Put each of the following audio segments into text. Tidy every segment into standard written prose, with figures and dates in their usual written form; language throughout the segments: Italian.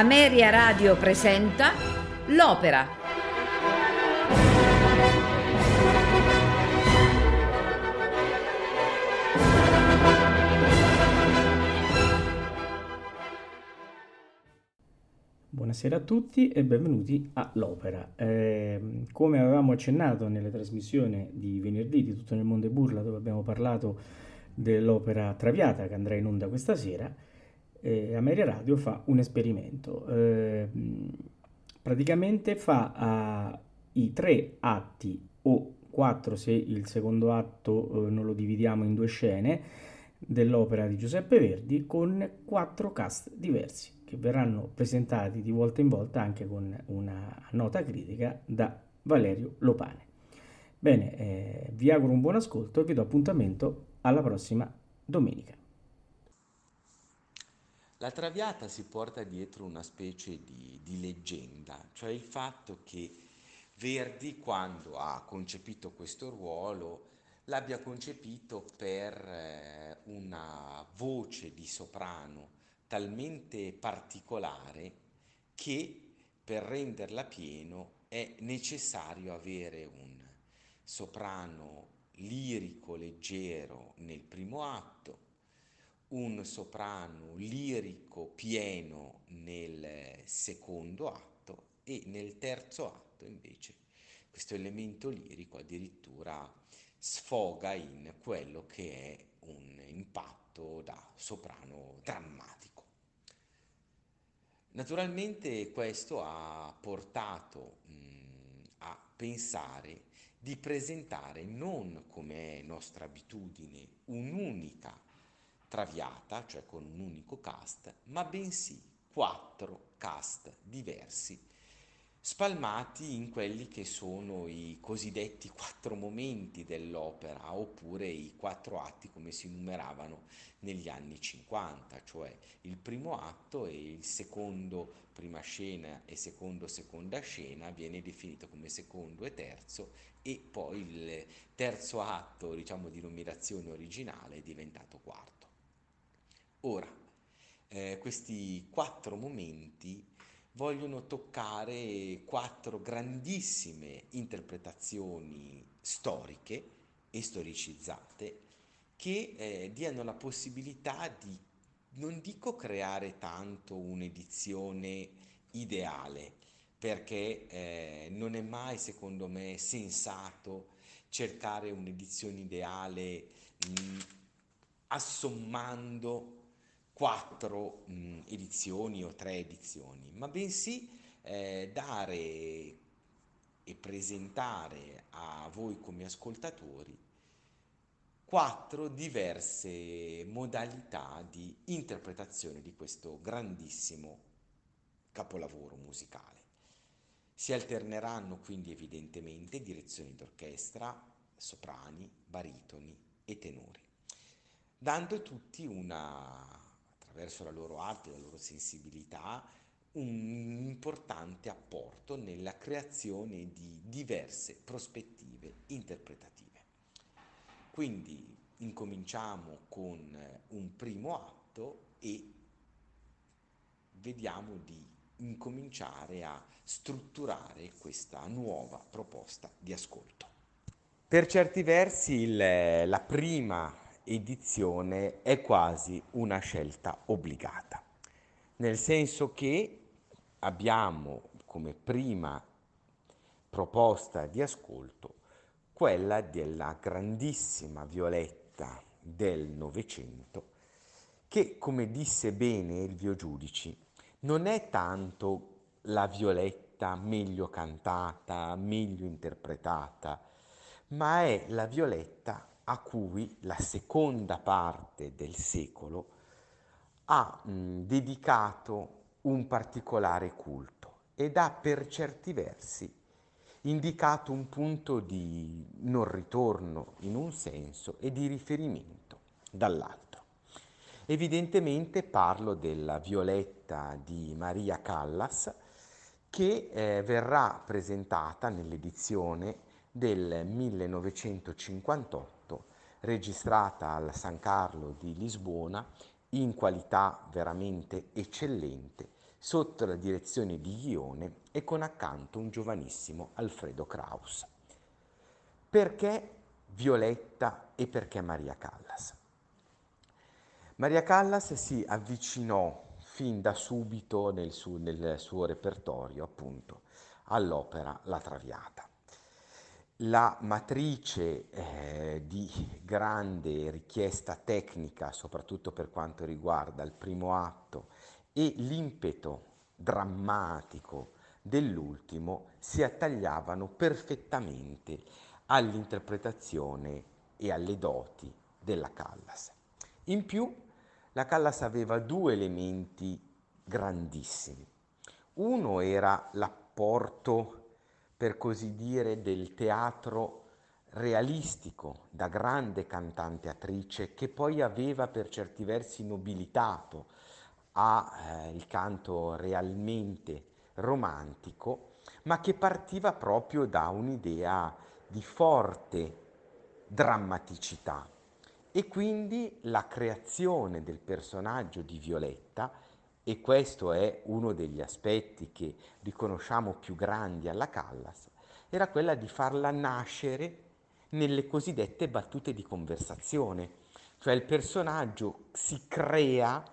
Ameria Radio presenta L'Opera. Buonasera a tutti e benvenuti a L'Opera. Come avevamo accennato nelle trasmissioni di venerdì di Tutto nel mondo è burla, dove abbiamo parlato dell'opera Traviata che andrà in onda questa sera, Ameria Radio fa un esperimento. Praticamente fa i 3 atti o 4 se il secondo atto non lo dividiamo in 2 scene dell'opera di Giuseppe Verdi, con 4 cast diversi che verranno presentati di volta in volta anche con una nota critica da Valerio Lopane. Bene, vi auguro un buon ascolto e vi do appuntamento alla prossima domenica. La Traviata si porta dietro una specie di leggenda, cioè il fatto che Verdi, quando ha concepito questo ruolo, l'abbia concepito per una voce di soprano talmente particolare che per renderla pieno è necessario avere un soprano lirico leggero nel primo atto, un soprano lirico pieno nel secondo atto e nel terzo atto invece questo elemento lirico addirittura sfoga in quello che è un impatto da soprano drammatico. Naturalmente questo ha portato a pensare di presentare non, come è nostra abitudine, un'unica Traviata, cioè con un unico cast, ma bensì 4 cast diversi, spalmati in quelli che sono i cosiddetti 4 momenti dell'opera, oppure i 4 atti come si numeravano negli anni 50, cioè il primo atto e il secondo prima scena e secondo seconda scena viene definito come secondo e terzo, e poi il terzo atto, diciamo di numerazione originale, è diventato quarto. Ora, questi 4 momenti vogliono toccare 4 grandissime interpretazioni storiche e storicizzate che diano la possibilità di, non dico creare tanto un'edizione ideale, perché non è mai, secondo me, sensato cercare un'edizione ideale assommando 4 edizioni o 3 edizioni, ma bensì dare e presentare a voi come ascoltatori 4 diverse modalità di interpretazione di questo grandissimo capolavoro musicale. Si alterneranno quindi evidentemente direzioni d'orchestra, soprani, baritoni e tenori, dando tutti attraverso la loro arte e la loro sensibilità, un importante apporto nella creazione di diverse prospettive interpretative. Quindi incominciamo con un primo atto e vediamo di incominciare a strutturare questa nuova proposta di ascolto. Per certi versi la prima edizione è quasi una scelta obbligata, nel senso che abbiamo come prima proposta di ascolto quella della grandissima Violetta del Novecento, che, come disse bene Elvio Giudici, non è tanto la Violetta meglio cantata, meglio interpretata, ma è la Violetta a cui la seconda parte del secolo ha dedicato un particolare culto ed ha per certi versi indicato un punto di non ritorno in un senso e di riferimento dall'altro. Evidentemente parlo della Violetta di Maria Callas, che verrà presentata nell'edizione del 1958, registrata al San Carlo di Lisbona in qualità veramente eccellente, sotto la direzione di Ghione e con accanto un giovanissimo Alfredo Kraus. Perché Violetta e perché Maria Callas? Maria Callas si avvicinò fin da subito nel suo repertorio, appunto, all'opera La Traviata. La matrice di grande richiesta tecnica, soprattutto per quanto riguarda il primo atto, e l'impeto drammatico dell'ultimo si attagliavano perfettamente all'interpretazione e alle doti della Callas. In più, la Callas aveva due elementi grandissimi. Uno era l'apporto, per così dire, del teatro realistico da grande cantante attrice che poi aveva per certi versi nobilitato il canto realmente romantico, ma che partiva proprio da un'idea di forte drammaticità. E quindi la creazione del personaggio di Violetta, e questo è uno degli aspetti che riconosciamo più grandi alla Callas, era quella di farla nascere nelle cosiddette battute di conversazione, cioè il personaggio si crea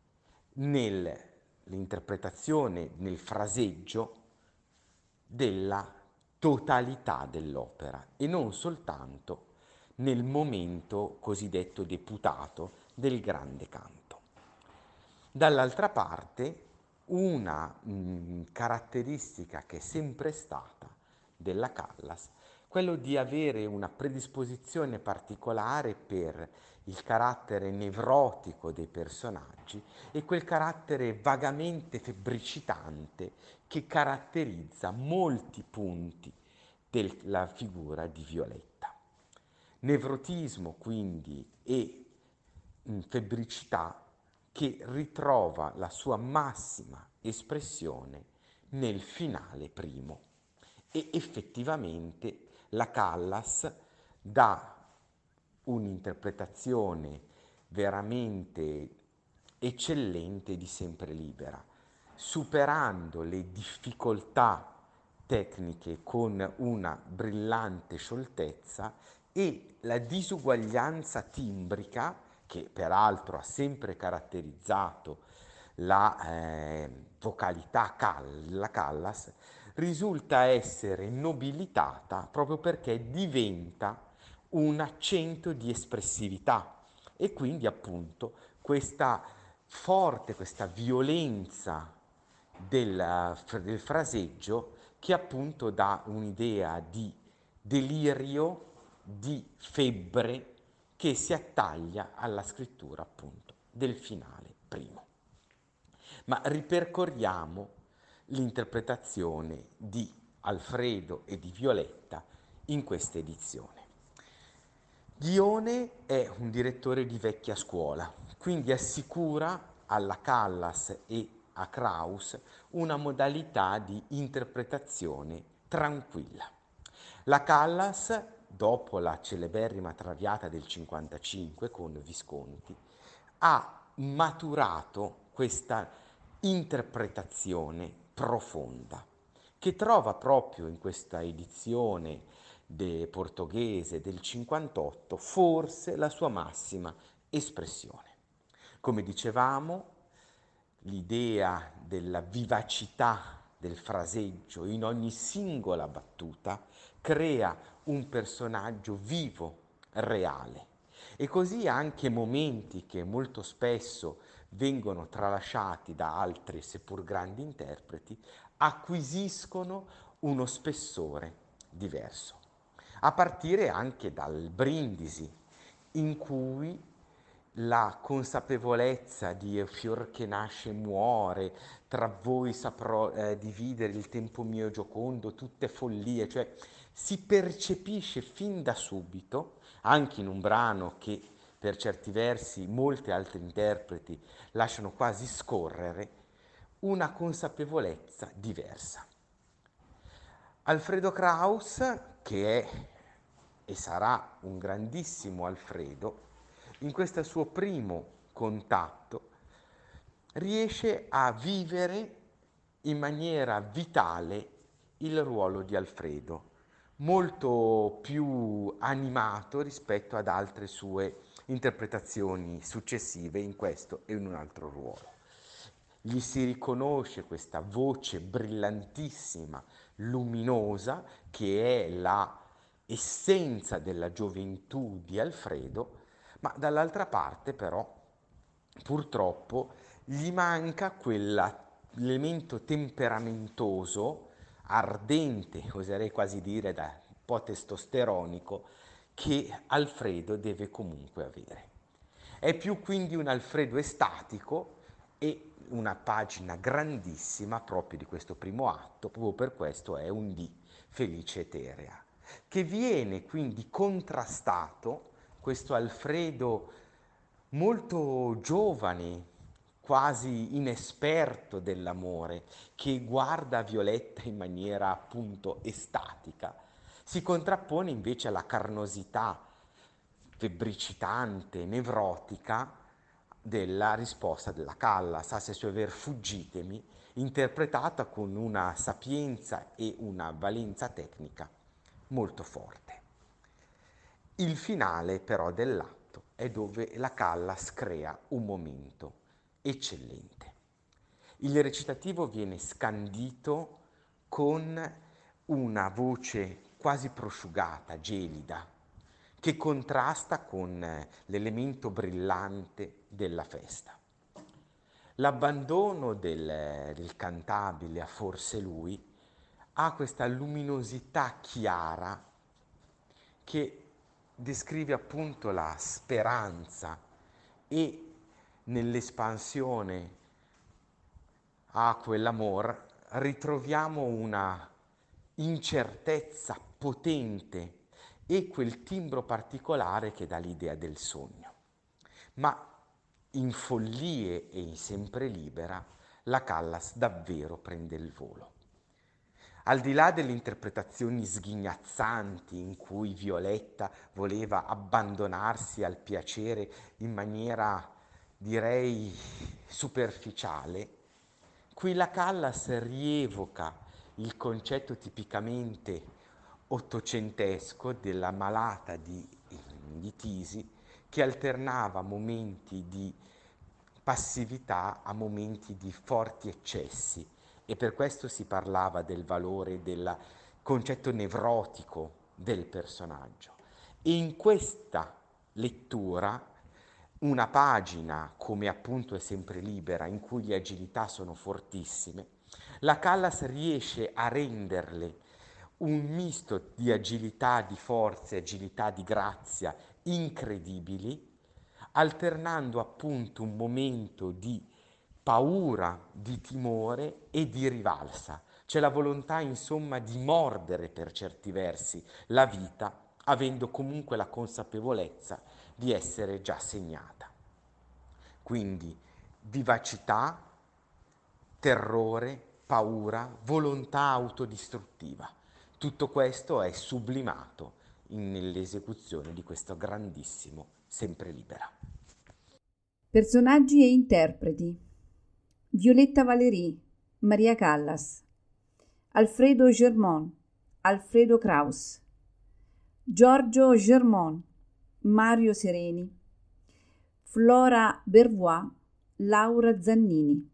nell'interpretazione, nel fraseggio della totalità dell'opera e non soltanto nel momento cosiddetto deputato del grande canto. Dall'altra parte, una caratteristica che è sempre stata della Callas, quello di avere una predisposizione particolare per il carattere nevrotico dei personaggi e quel carattere vagamente febbricitante che caratterizza molti punti della figura di Violetta. Nevrotismo quindi e febbricità che ritrova la sua massima espressione nel finale primo. E effettivamente la Callas dà un'interpretazione veramente eccellente di Sempre Libera, superando le difficoltà tecniche con una brillante scioltezza e la disuguaglianza timbrica, che peraltro ha sempre caratterizzato la vocalità la Callas, risulta essere nobilitata proprio perché diventa un accento di espressività e quindi appunto questa forte, questa violenza del fraseggio che appunto dà un'idea di delirio, di febbre che si attaglia alla scrittura appunto del finale primo. Ma ripercorriamo l'interpretazione di Alfredo e di Violetta in questa edizione. Ghione è un direttore di vecchia scuola, quindi assicura alla Callas e a Kraus una modalità di interpretazione tranquilla. La Callas, dopo la celeberrima Traviata del 55 con Visconti, ha maturato questa interpretazione profonda che trova proprio in questa edizione portoghese del 58 forse la sua massima espressione. Come dicevamo, l'idea della vivacità del fraseggio in ogni singola battuta crea un personaggio vivo, reale. E così anche momenti che molto spesso vengono tralasciati da altri seppur grandi interpreti acquisiscono uno spessore diverso. A partire anche dal Brindisi, in cui la consapevolezza di fior che nasce e muore, tra voi saprò dividere il tempo mio giocondo, tutte follie, cioè si percepisce fin da subito, anche in un brano che per certi versi molti altri interpreti lasciano quasi scorrere, una consapevolezza diversa. Alfredo Kraus, che è e sarà un grandissimo Alfredo, in questo suo primo contatto riesce a vivere in maniera vitale il ruolo di Alfredo, molto più animato rispetto ad altre sue interpretazioni successive in questo e in un altro ruolo. Gli si riconosce questa voce brillantissima, luminosa, che è la essenza della gioventù di Alfredo, ma dall'altra parte però purtroppo gli manca quell'elemento temperamentoso, ardente, oserei quasi dire da un po' testosteronico, che Alfredo deve comunque avere. È più quindi un Alfredo estatico e una pagina grandissima proprio di questo primo atto, proprio per questo è un dì felice eterea, che viene quindi contrastato, questo Alfredo molto giovane, quasi inesperto dell'amore, che guarda Violetta in maniera appunto estatica, si contrappone invece alla carnosità febbricitante, nevrotica della risposta della Callas, a se ver fuggitemi, interpretata con una sapienza e una valenza tecnica molto forte. Il finale però dell'atto è dove la Callas crea un momento eccellente. Il recitativo viene scandito con una voce quasi prosciugata, gelida, che contrasta con l'elemento brillante della festa. L'abbandono del cantabile a forse lui ha questa luminosità chiara che descrive appunto la speranza e nell'espansione a quell'amor ritroviamo una incertezza potente e quel timbro particolare che dà l'idea del sogno. Ma in Follie e in Sempre libera la Callas davvero prende il volo. Al di là delle interpretazioni sghignazzanti in cui Violetta voleva abbandonarsi al piacere in maniera, direi, superficiale, qui la Callas rievoca il concetto tipicamente ottocentesco della malata di Tisi, che alternava momenti di passività a momenti di forti eccessi, e per questo si parlava del valore del concetto nevrotico del personaggio. E in questa lettura una pagina, come appunto è Sempre libera, in cui le agilità sono fortissime, la Callas riesce a renderle un misto di agilità, di forza, agilità, di grazia incredibili, alternando appunto un momento di paura, di timore e di rivalsa. C'è la volontà, insomma, di mordere per certi versi la vita, avendo comunque la consapevolezza di essere già segnata. Quindi vivacità, terrore, paura, volontà autodistruttiva. Tutto questo è sublimato nell'esecuzione di questo grandissimo Sempre libera. Personaggi e interpreti: Violetta Valéry, Maria Callas; Alfredo Germont, Alfredo Kraus; Giorgio Germont, Mario Sereni; Flora Bervois, Laura Zannini.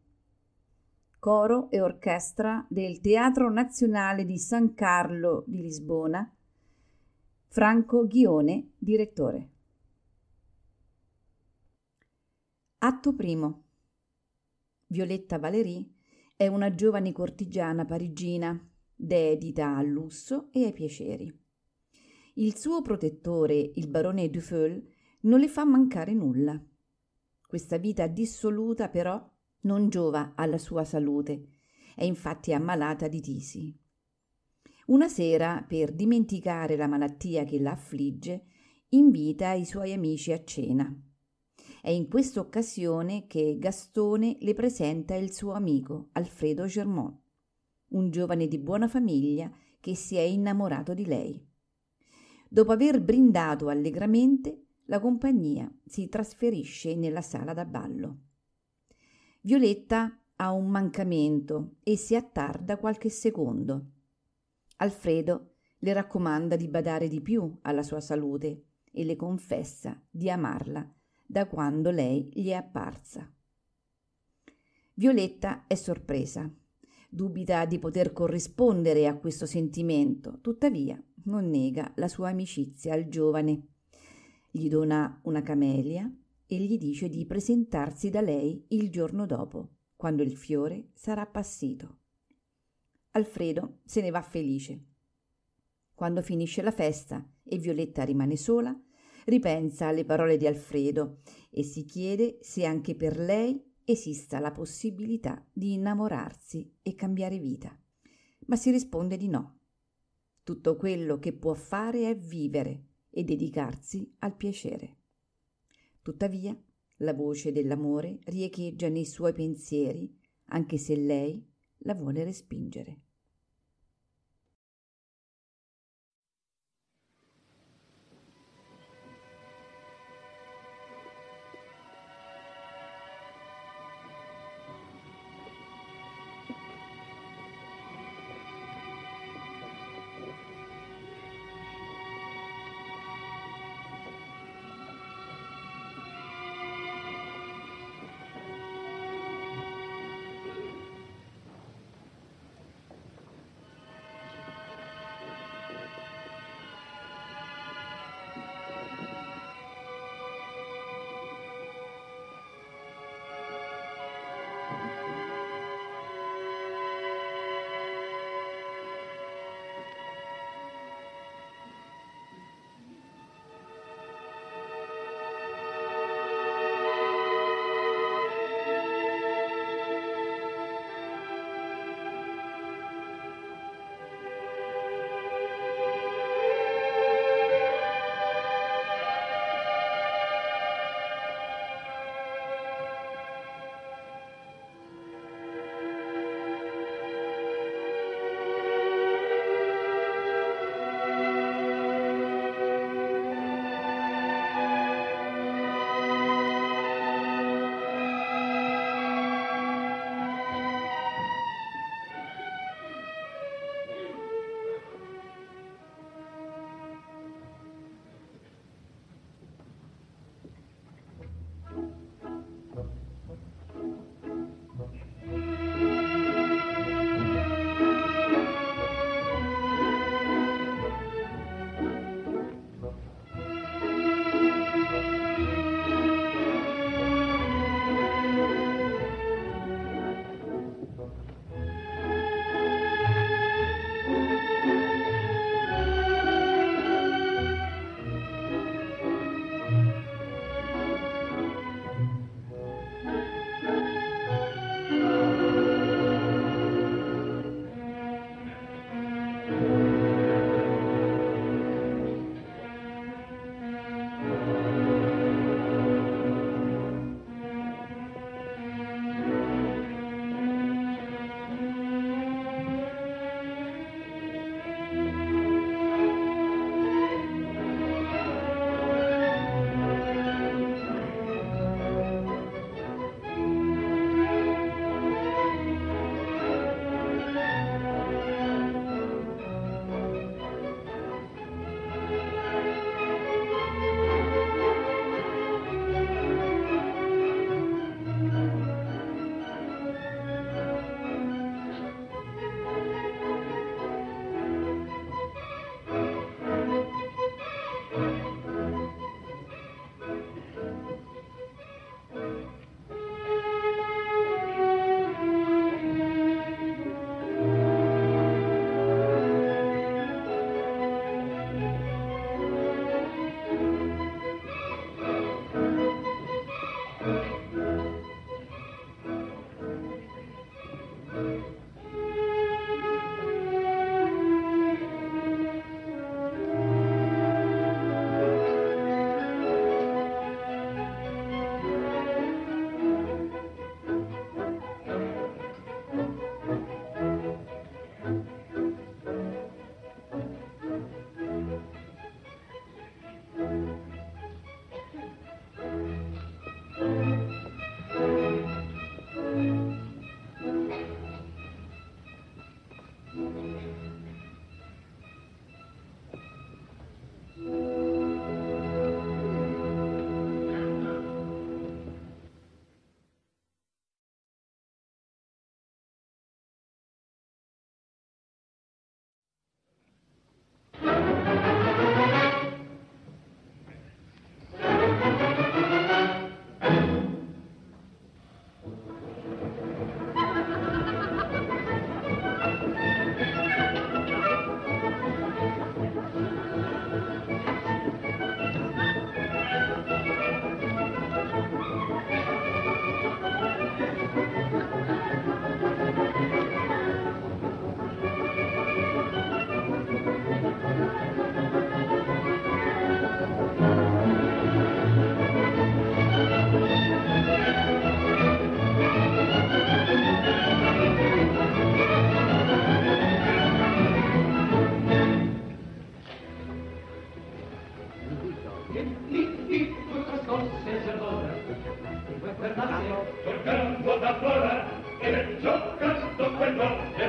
Coro e orchestra del Teatro Nazionale di San Carlo di Lisbona. Franco Ghione, direttore. Atto primo. Violetta Valéry è una giovane cortigiana parigina, dedita al lusso e ai piaceri. Il suo protettore, il barone Duffel, non le fa mancare nulla. Questa vita dissoluta, però, non giova alla sua salute. È infatti ammalata di tisi. Una sera, per dimenticare la malattia che la affligge, invita i suoi amici a cena. È in questa occasione che Gastone le presenta il suo amico Alfredo Germont, un giovane di buona famiglia che si è innamorato di lei. Dopo aver brindato allegramente, la compagnia si trasferisce nella sala da ballo. Violetta ha un mancamento e si attarda qualche secondo. Alfredo le raccomanda di badare di più alla sua salute e le confessa di amarla da quando lei gli è apparsa. Violetta è sorpresa, dubita di poter corrispondere a questo sentimento, tuttavia non nega la sua amicizia al giovane. Gli dona una camelia e gli dice di presentarsi da lei il giorno dopo, quando il fiore sarà appassito. Alfredo se ne va felice. Quando finisce la festa e Violetta rimane sola, ripensa alle parole di Alfredo e si chiede se anche per lei esista la possibilità di innamorarsi e cambiare vita. Ma si risponde di no. Tutto quello che può fare è vivere e dedicarsi al piacere. Tuttavia, la voce dell'amore riecheggia nei suoi pensieri, anche se lei la vuole respingere.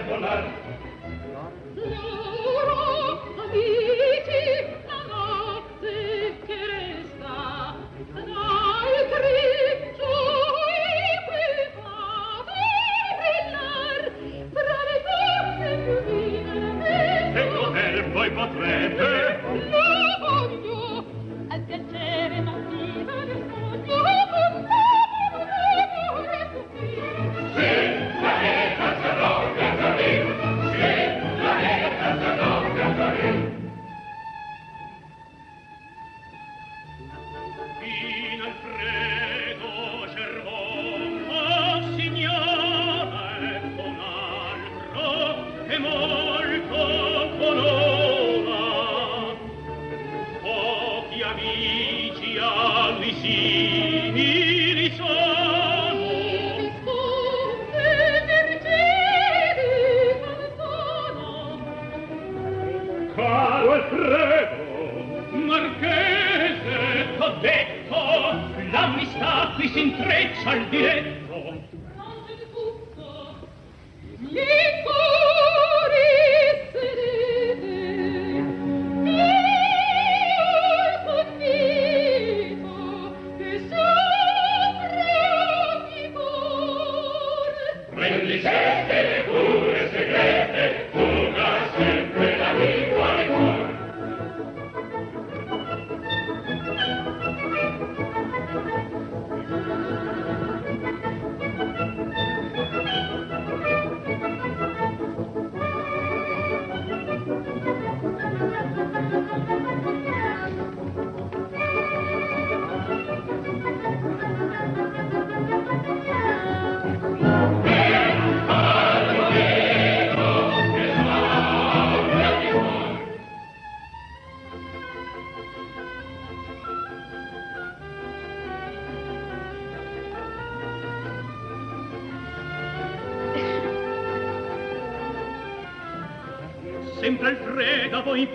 Sempre Alfreda voi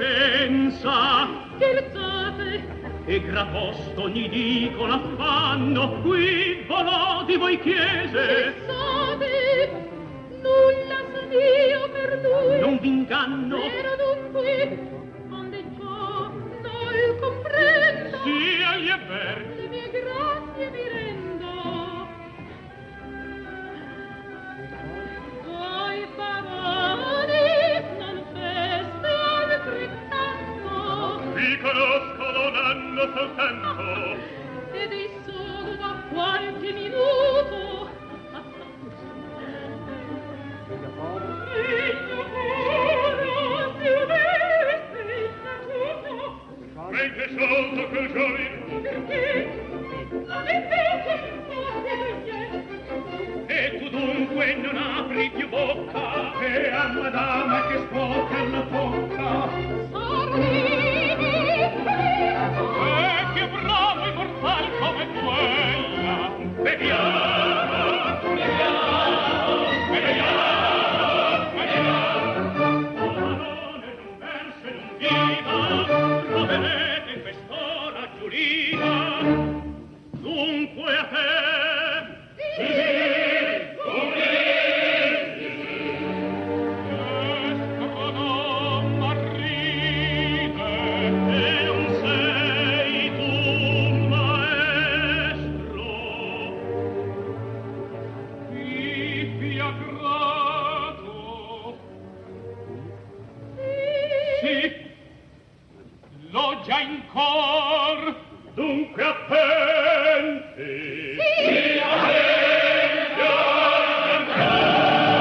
pensa, scherzate, e graposto ogni dico l'affanno, qui volò di voi chiese. Pensate, nulla s'io per lui. Non v'inganno. Era dunque, onde ciò non comprendo. Sì, agli è ver. Le mie grazie mi rendo. Voi baroni, non feste altrettanto. Vi conosco da un anno soltanto. Ed è solo da qualche minuto. Mentre sciolto quel giovine. Perché? Non è E tu dunque non apri più bocca, e a madama che scuote la tocca. E che bravo immortal come quella. Beviamo, beviamo, beviamo, beviamo. Parole non verso e non viva, troverete in quest'ora Giulina. Dunque a te. Sì. L'ho già in cor, dunque attenti. Sì, attenti ancora.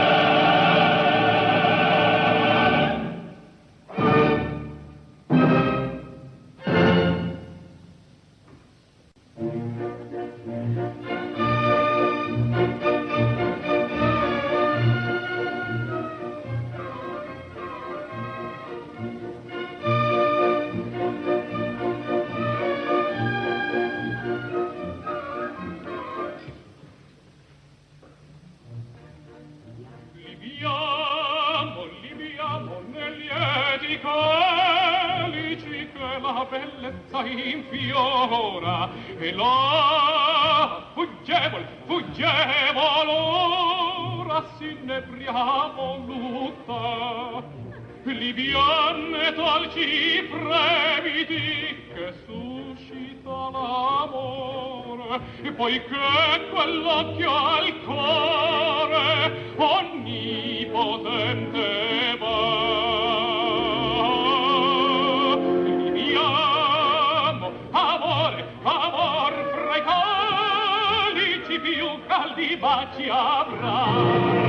Libiamo negli eti calici che la bellezza infiora, e la fuggevol ora s'inebria voluta, liviane dolci fremiti che suscita l'amore, poiché quell'occhio al cuore onnipotente va. Liviamo, amore, amor, fra i calici più caldi baci avrà.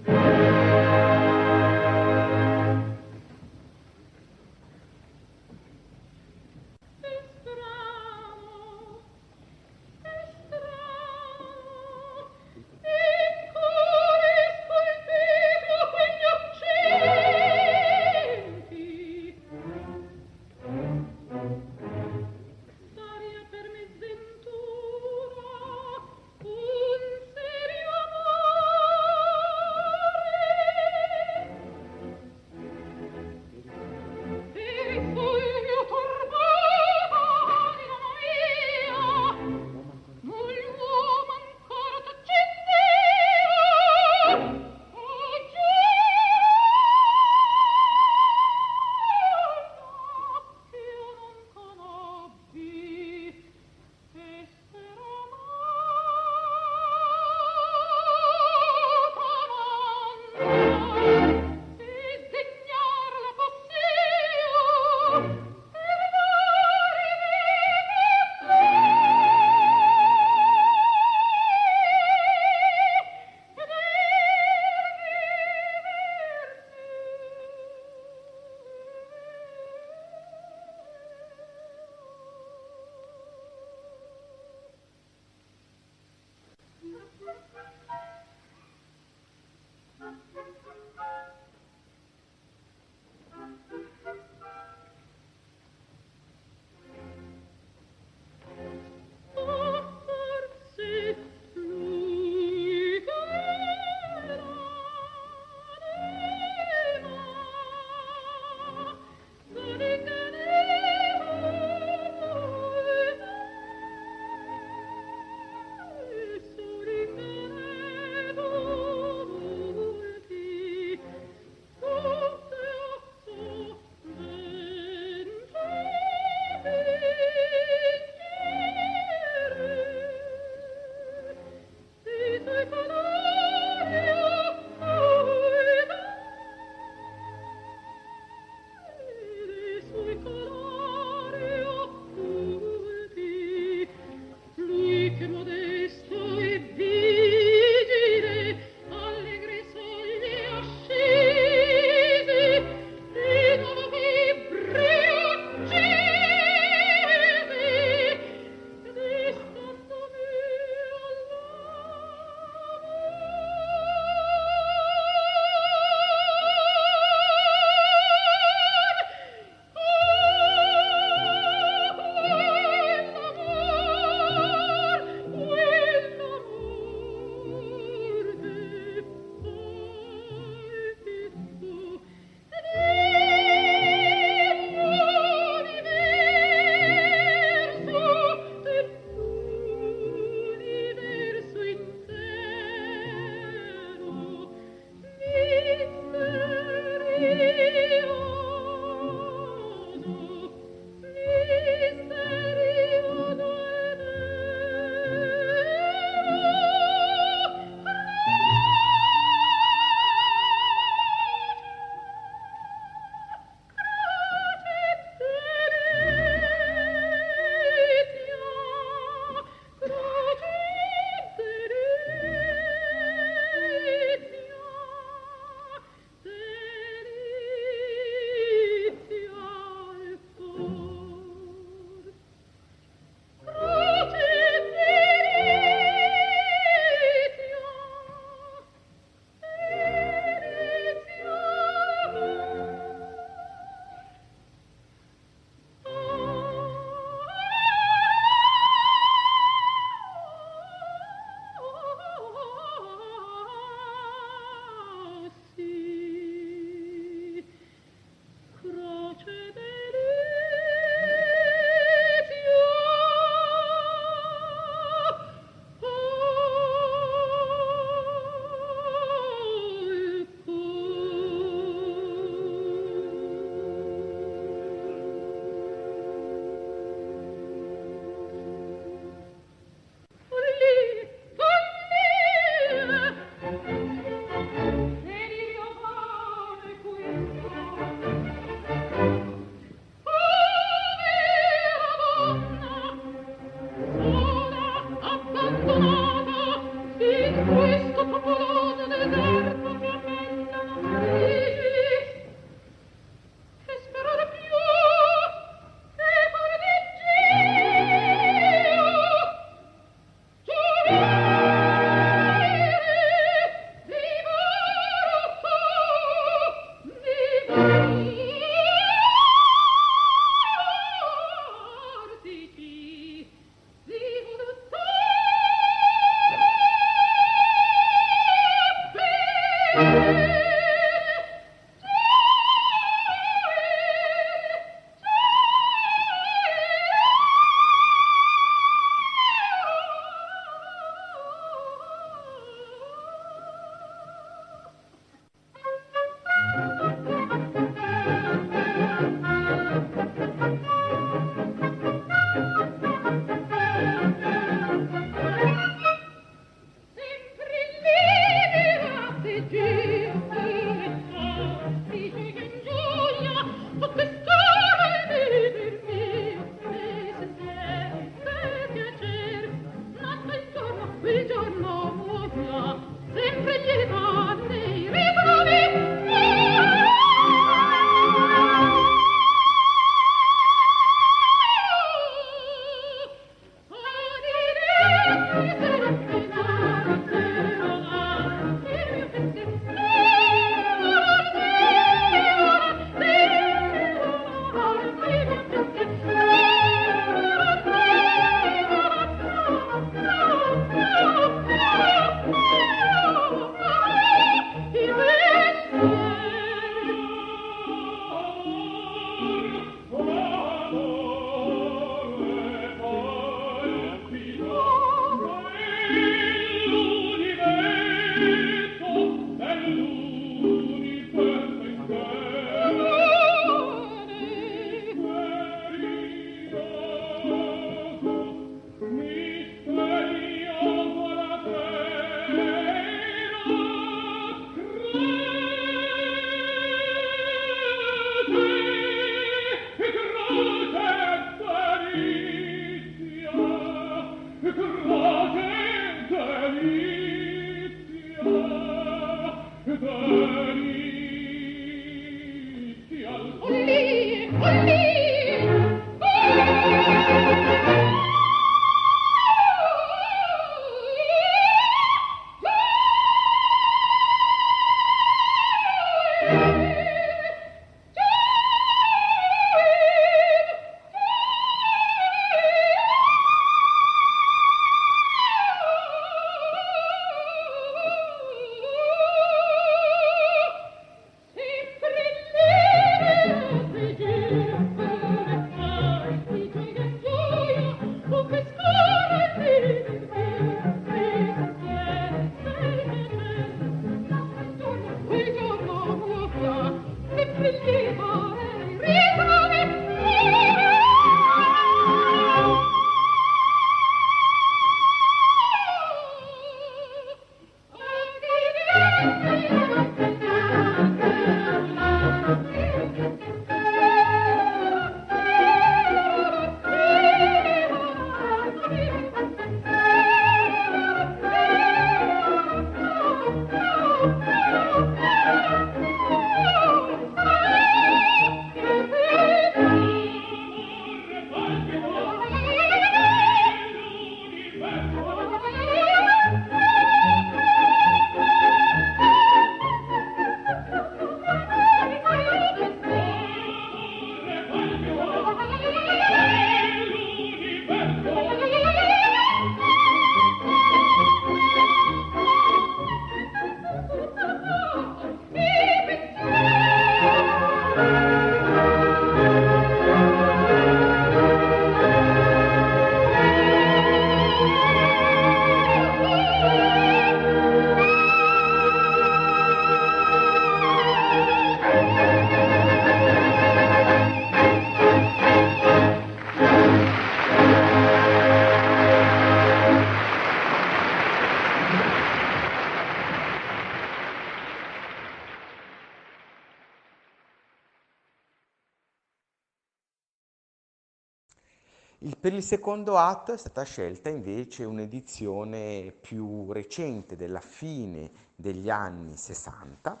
Per il secondo atto è stata scelta invece un'edizione più recente, della fine degli anni 60,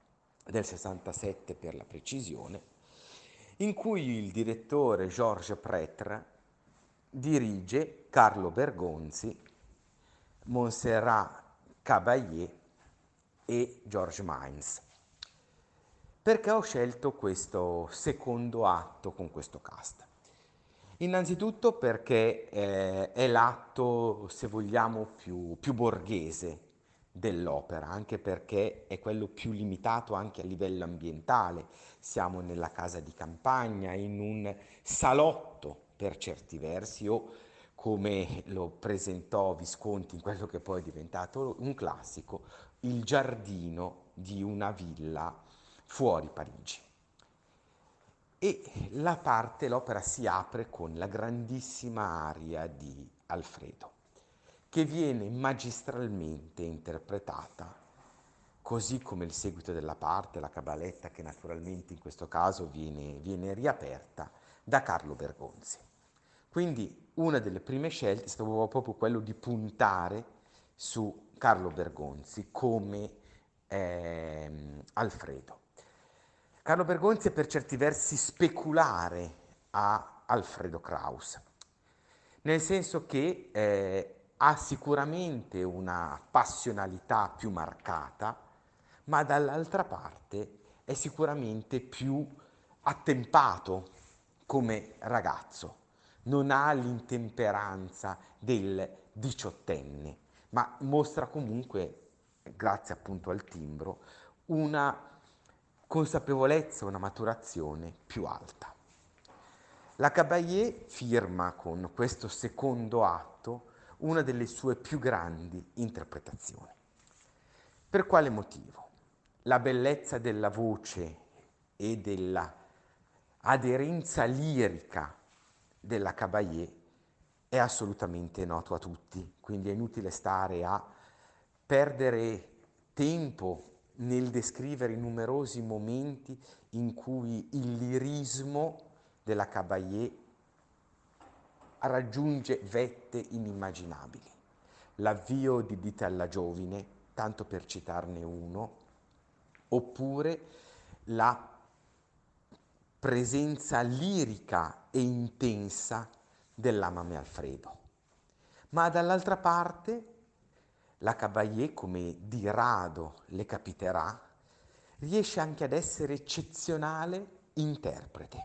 del 67 per la precisione, in cui il direttore Georges Prêtre dirige Carlo Bergonzi, Montserrat Caballé e George Mainz. Perché ho scelto questo secondo atto con questo cast? Innanzitutto perché è l'atto, se vogliamo, più borghese dell'opera, anche perché è quello più limitato anche a livello ambientale. Siamo nella casa di campagna, in un salotto per certi versi, o come lo presentò Visconti in quello che poi è diventato un classico, il giardino di una villa fuori Parigi. E l'opera si apre con la grandissima aria di Alfredo, che viene magistralmente interpretata, così come il seguito della parte, la cabaletta, che naturalmente in questo caso viene riaperta, da Carlo Bergonzi. Quindi una delle prime scelte è stato proprio quello di puntare su Carlo Bergonzi come Alfredo. Carlo Bergonzi è per certi versi speculare a Alfredo Kraus, nel senso che ha sicuramente una passionalità più marcata, ma dall'altra parte è sicuramente più attempato come ragazzo, non ha l'intemperanza del diciottenne, ma mostra comunque, grazie appunto al timbro, una consapevolezza, una maturazione più alta. La Caballé firma con questo secondo atto una delle sue più grandi interpretazioni. Per quale motivo? La bellezza della voce e della aderenza lirica della Caballé è assolutamente noto a tutti, quindi è inutile stare a perdere tempo nel descrivere i numerosi momenti in cui il lirismo della Caballé raggiunge vette inimmaginabili. L'avvio di Dite alla giovine, tanto per citarne uno, oppure la presenza lirica e intensa dell'Amami Alfredo. Ma dall'altra parte la Caballé, come di rado le capiterà, riesce anche ad essere eccezionale interprete.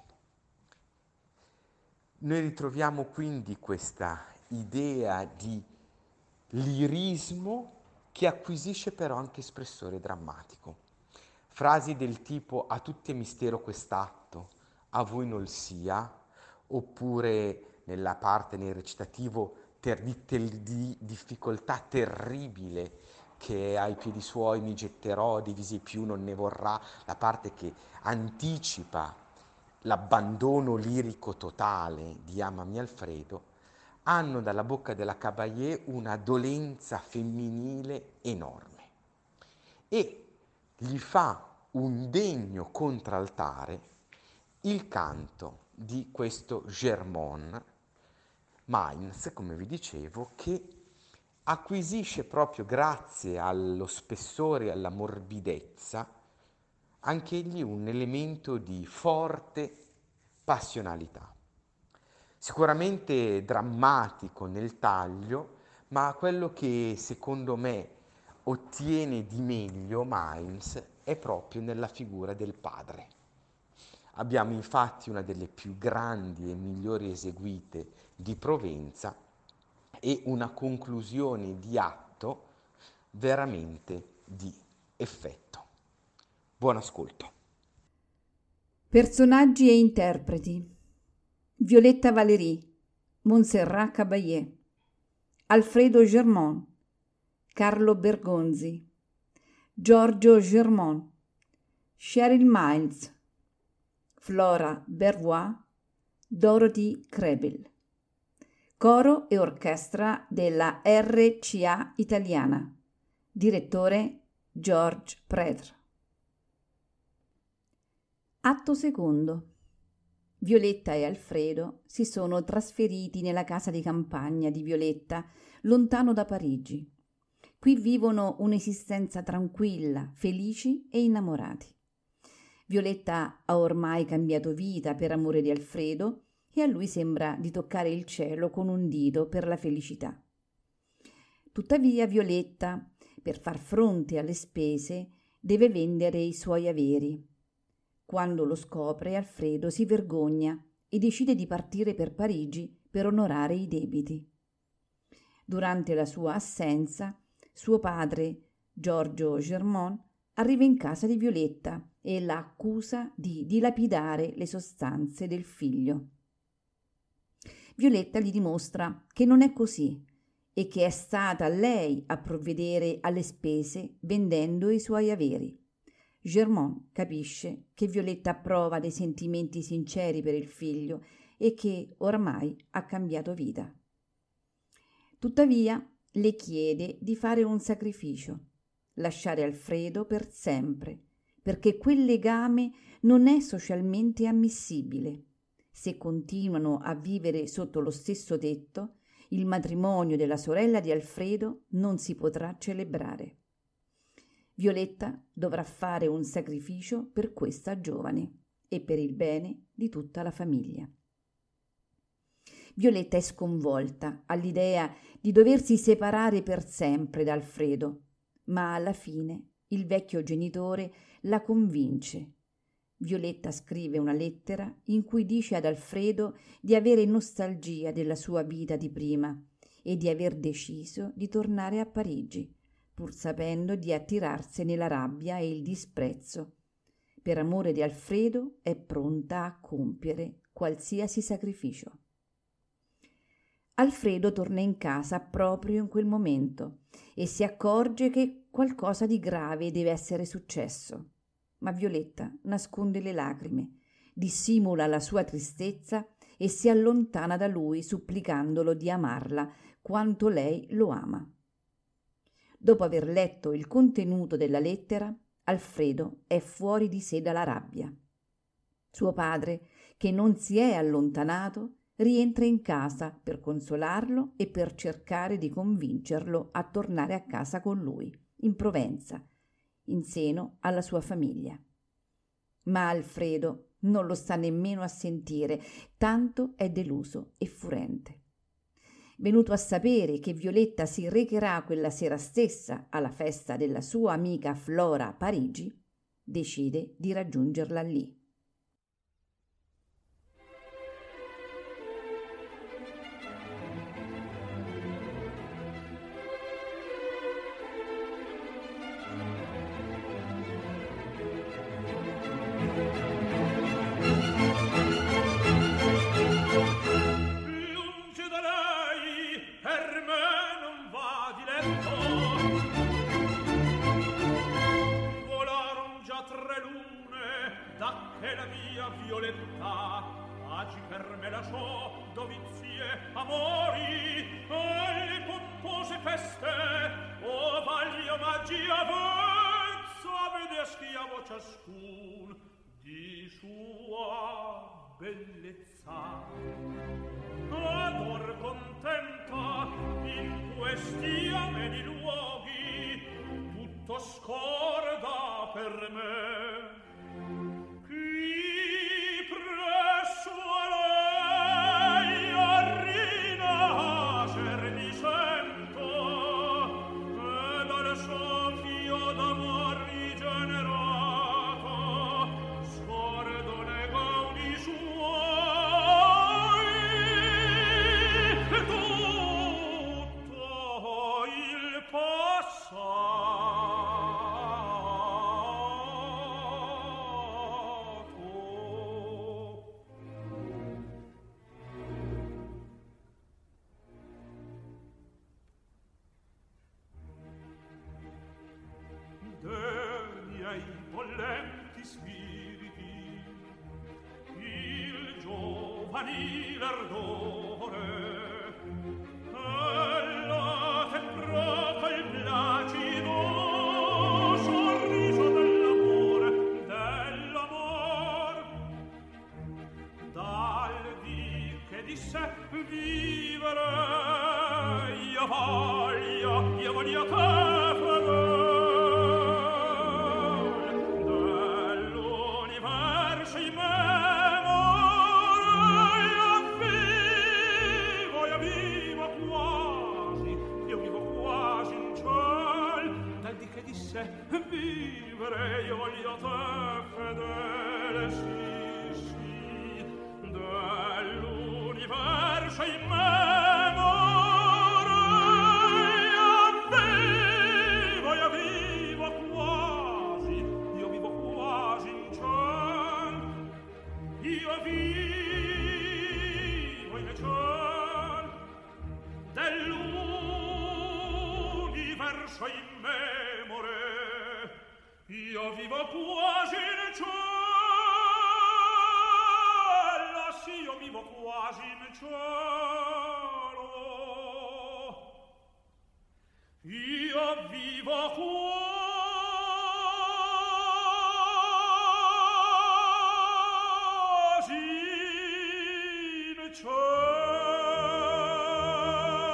Noi ritroviamo quindi questa idea di lirismo che acquisisce però anche spessore drammatico. Frasi del tipo "a tutti è mistero quest'atto, a voi non sia", oppure nella parte nel recitativo di difficoltà terribile che ai piedi suoi mi getterò, divisi più non ne vorrà, la parte che anticipa l'abbandono lirico totale di Amami Alfredo, hanno dalla bocca della Caballé una dolenza femminile enorme e gli fa un degno contraltare il canto di questo Germon Mainz, come vi dicevo, che acquisisce proprio grazie allo spessore e alla morbidezza anch'egli un elemento di forte passionalità. Sicuramente drammatico nel taglio, ma quello che secondo me ottiene di meglio Mainz è proprio nella figura del padre. Abbiamo infatti una delle più grandi e migliori eseguite di Provenza e una conclusione di atto veramente di effetto. Buon ascolto. Personaggi e interpreti: Violetta Valéry, Montserrat Caballé, Alfredo Germon, Carlo Bergonzi, Giorgio Germon, Cheryl Miles, Flora Bervois, Dorothy Krebel. Coro e orchestra della RCA italiana. Direttore Georges Prêtre. Atto secondo. Violetta e Alfredo si sono trasferiti nella casa di campagna di Violetta, lontano da Parigi. Qui vivono un'esistenza tranquilla, felici e innamorati. Violetta ha ormai cambiato vita per amore di Alfredo e a lui sembra di toccare il cielo con un dito per la felicità. Tuttavia Violetta, per far fronte alle spese, deve vendere i suoi averi. Quando lo scopre, Alfredo si vergogna e decide di partire per Parigi per onorare i debiti. Durante la sua assenza, suo padre, Giorgio Germon, arriva in casa di Violetta e la accusa di dilapidare le sostanze del figlio. Violetta gli dimostra che non è così e che è stata lei a provvedere alle spese vendendo i suoi averi. Germon capisce che Violetta prova dei sentimenti sinceri per il figlio e che ormai ha cambiato vita. Tuttavia le chiede di fare un sacrificio, lasciare Alfredo per sempre, perché quel legame non è socialmente ammissibile. Se continuano a vivere sotto lo stesso tetto, il matrimonio della sorella di Alfredo non si potrà celebrare. Violetta dovrà fare un sacrificio per questa giovane e per il bene di tutta la famiglia. Violetta è sconvolta all'idea di doversi separare per sempre da Alfredo, ma alla fine il vecchio genitore la convince. Violetta scrive una lettera in cui dice ad Alfredo di avere nostalgia della sua vita di prima e di aver deciso di tornare a Parigi, pur sapendo di attirarsene la rabbia e il disprezzo. Per amore di Alfredo è pronta a compiere qualsiasi sacrificio. Alfredo torna in casa proprio in quel momento e si accorge che qualcosa di grave deve essere successo. Ma Violetta nasconde le lacrime, dissimula la sua tristezza e si allontana da lui supplicandolo di amarla quanto lei lo ama. Dopo aver letto il contenuto della lettera, Alfredo è fuori di sé dalla rabbia. Suo padre, che non si è allontanato, rientra in casa per consolarlo e per cercare di convincerlo a tornare a casa con lui, in Provenza, in seno alla sua famiglia. Ma Alfredo non lo sta nemmeno a sentire, tanto è deluso e furente. Venuto a sapere che Violetta si recherà quella sera stessa alla festa della sua amica Flora a Parigi, decide di raggiungerla lì. Violetta, agi per me lasciò dovizie, amori e le pompose feste, o vagli omaggi avanza, vede a schiavo ciascun di sua bellezza. Ador contenta in questi ameni luoghi, tutto scorda per me. Bollenti spiriti, il giovanile ardore, alla tempra col placido sorriso dell'amore, dal di che di sé vivere, io voglio te fedele. Vivere io voglio te fedele, sì, sì, dell'universo in memoria vivo quasi, io vivo quasi in ciel, io vivo in ciel dell'universo in memoria. Io vivo quasi in cielo, sì, io vivo quasi in cielo. Io vivo quasi in cielo.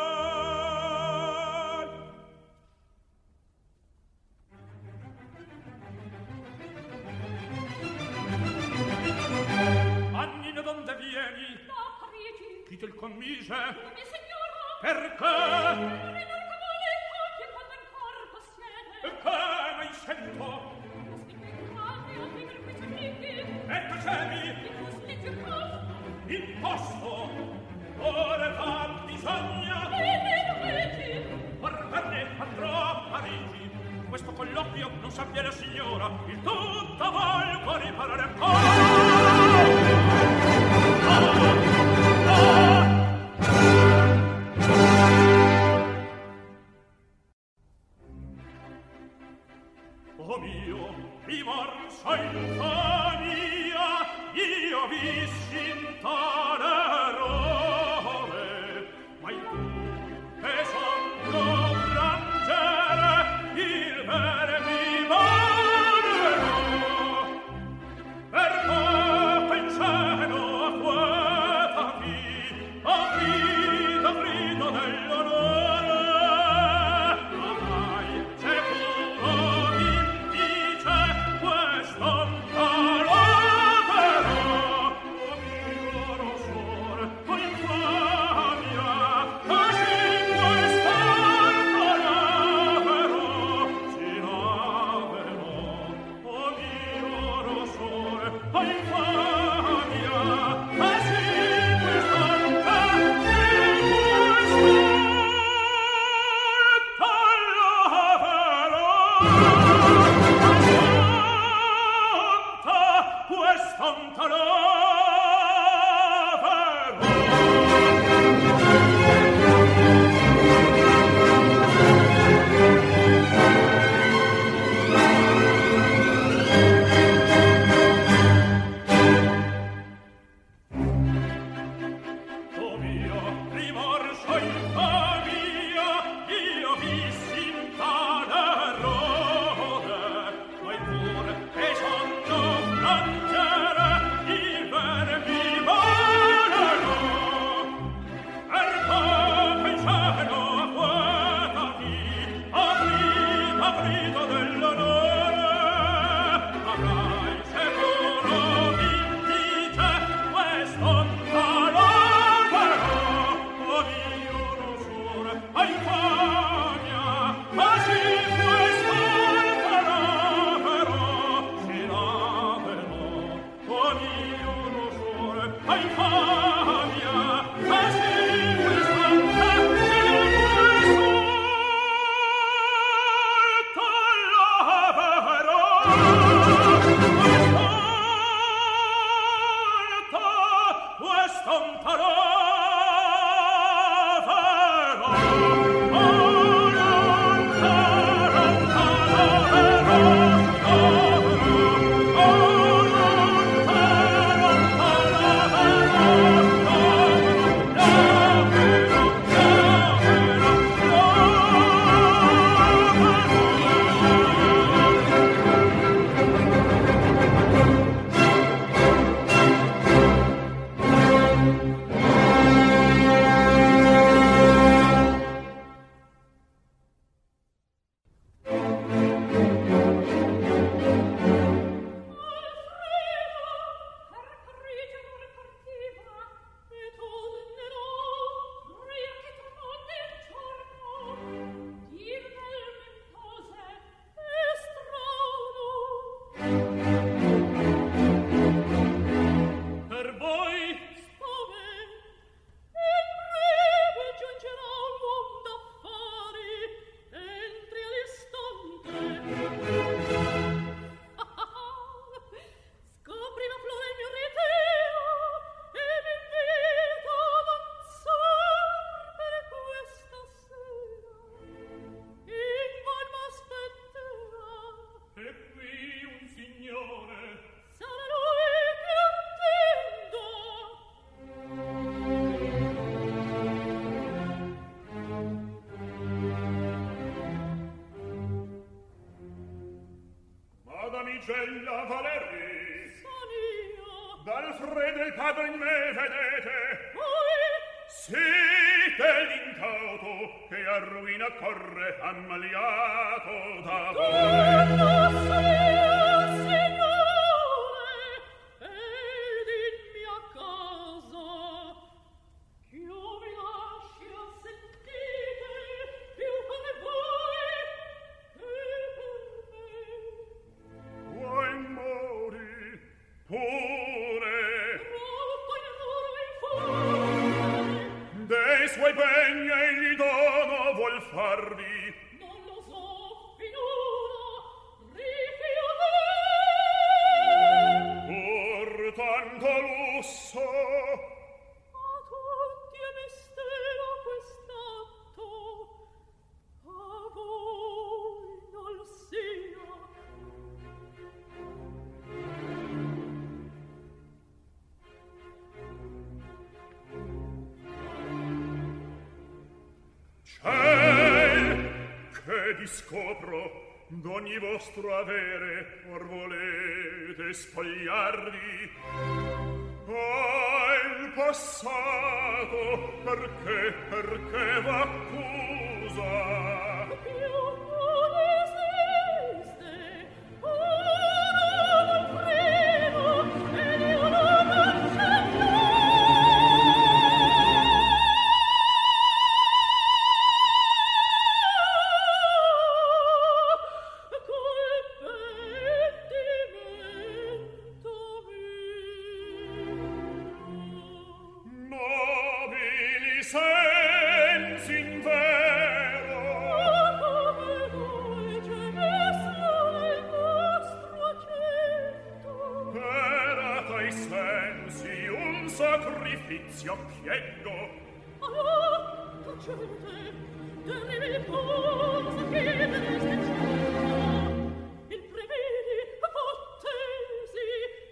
Questo colloquio non s'avviene, signora, il tutto volgo riparare ancora. Oh mio, rimorso infamia, io vissi in tale errore, ma il tu che sonno frangere, il bene mi valerò. Perché il cielo acquetami, a grido dell'onore, amai sicuro vindice questo talopero. O mio rosore, o infamia, così questo talopero si laverò. O mio rosore, o infamia, così questo O mio rimorso infamia, io vissi in tale errore, ma pure che sonno frangere, il bene mi valerò. Perché il cielo acquetami, a grido dell'onore, avrai sicuro vindice questo talopero. O mio rosore, a infamia, così questo talopero si laverò. O mio rosore, a infamia, così questo per voi giungerà un uom d'affari, entri all'istante. Scopri la flora il mio ritiro e m'invita a danzar per questa sera. In val m'aspetterà. E qui un signore. Sarà lui che attendo. Madamigella Valerie, son io. Dal freddo il padre in me vedete. Voi? Sì, dell'incauto che a ruina corre ammaliato da voi. Signore, ed in mia casa ch'io mi lasci a sentire vedi scopro d'ogni vostro avere, or volete spogliarvi. Il passato perché v'accusa? Sacrificio chiedo. Tacete, terribile cosa chiedereste ciò. Il prevedi fottesi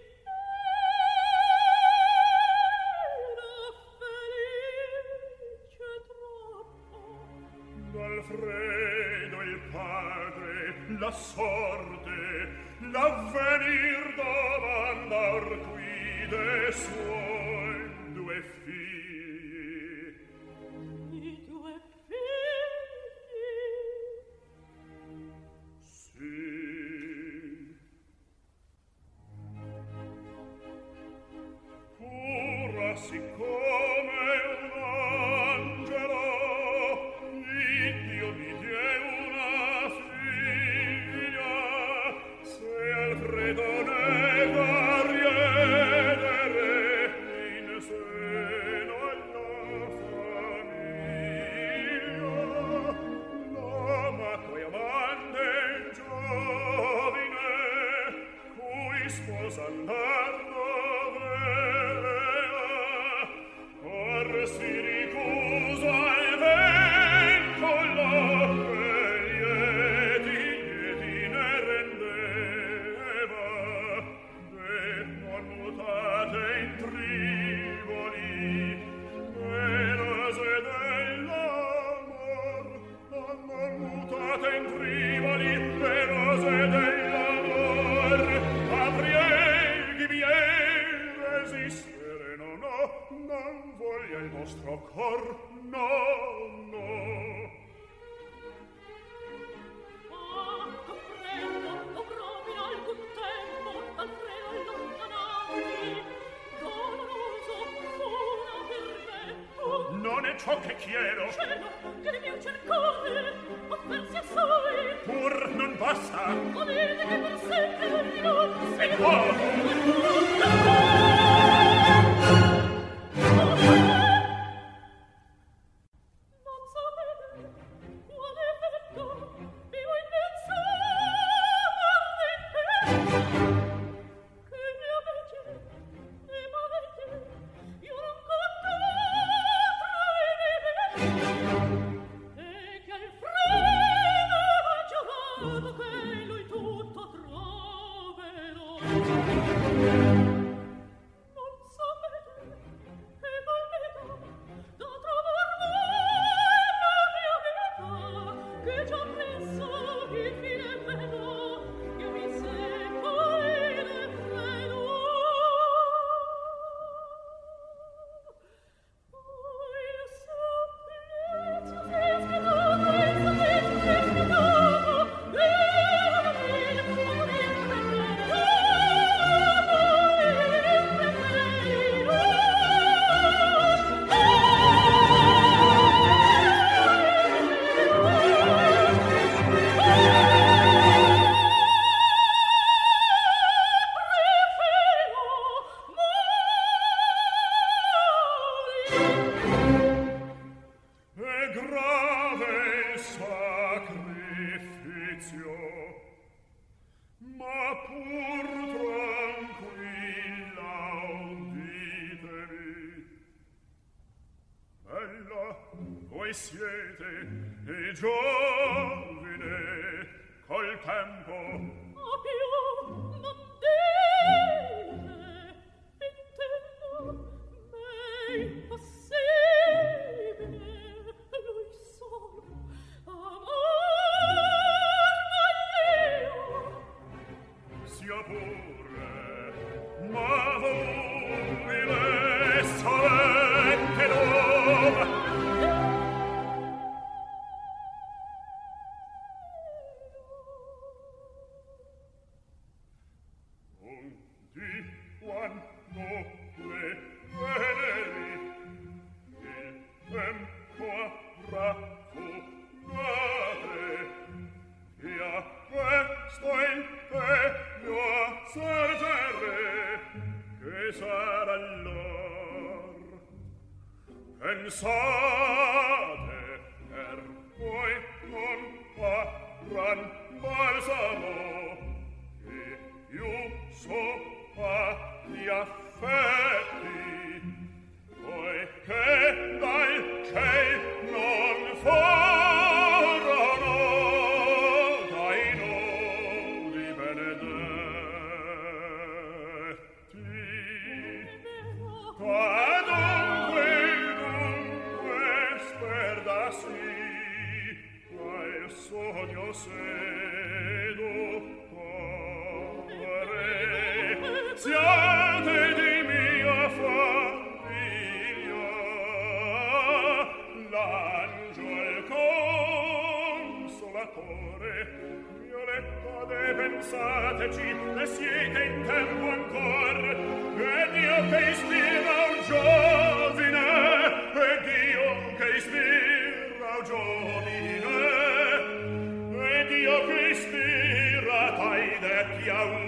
era felice troppo. Dal freddo il padre, la sorte, l'avvenir domandar qui de suoi due figli. I due figli? Sì. Ora siccome un angelo Dio mi die una figlia, se Alfredo nega riedere in seno alla famiglia, l'amato e amante giovine, cui sposa andar doveva, or si ricusa e ven con l'ocche lieti ne rendeva, e non mutate in Trivoli, e rose dell'amor, non mutate in Trivoli, e rose dell'amor, aprieghi bien resistere, no, non voglia il vostro cor, no. Comprendo, proprio alcun tempo dal freno allontanarmi, doloroso fora per me. Non è ciò che chiedo, Cielo, che il mio cercare offersi assai. pur non basta. Volete che per sempre non si E poi? Non sapete quale effetto mi vuoi pensare che mi avete e m'avete io non conto e che il freno ha giocato che lui tutto troverò. Non sapete che m'almeno da trovar buona mia vita, che già presso il fine vedo che mi secco il freno. Il supplizio si è spietato, il supplizio si è spietato, È grave il sacrificio, ma pur tranquilla uditevi. Bella, voi siete e giovine, col tempo più non dite, intendo me impossibile, lui solo amore. pensate poi non parran balsamo e io so gli affetti poiché dal ciel non furono dai nodi benedetti dunque sperdasi qual sogno seduttore siate di mia famiglia l'angiol consolatore Violetta de pensateci ne siete in tempo ancor ed io che ispira un giovine ed io che ispira un giovine ed io che ispira tai vecchia un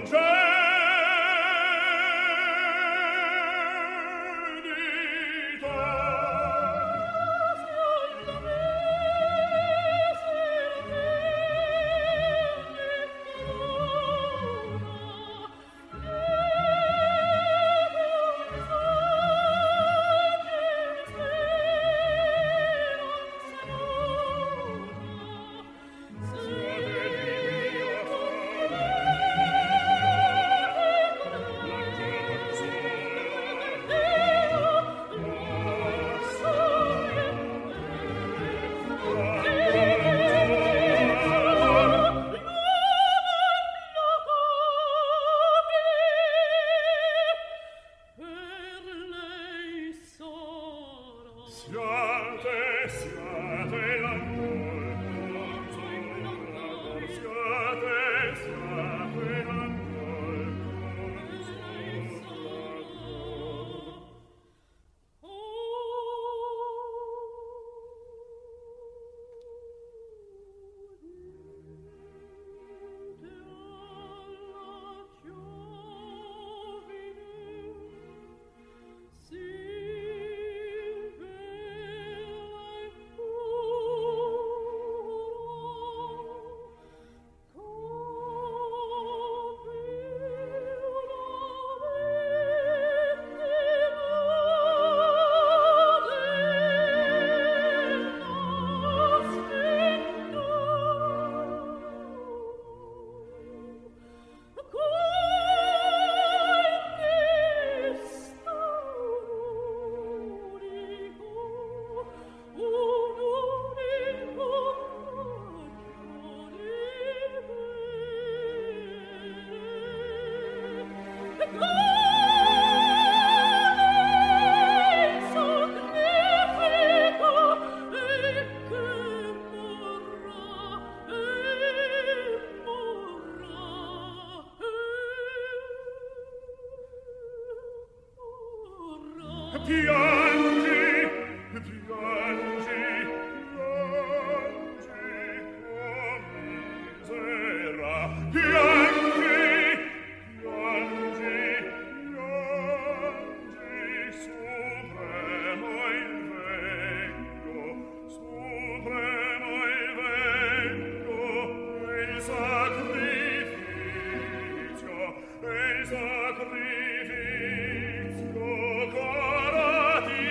sacrificio carati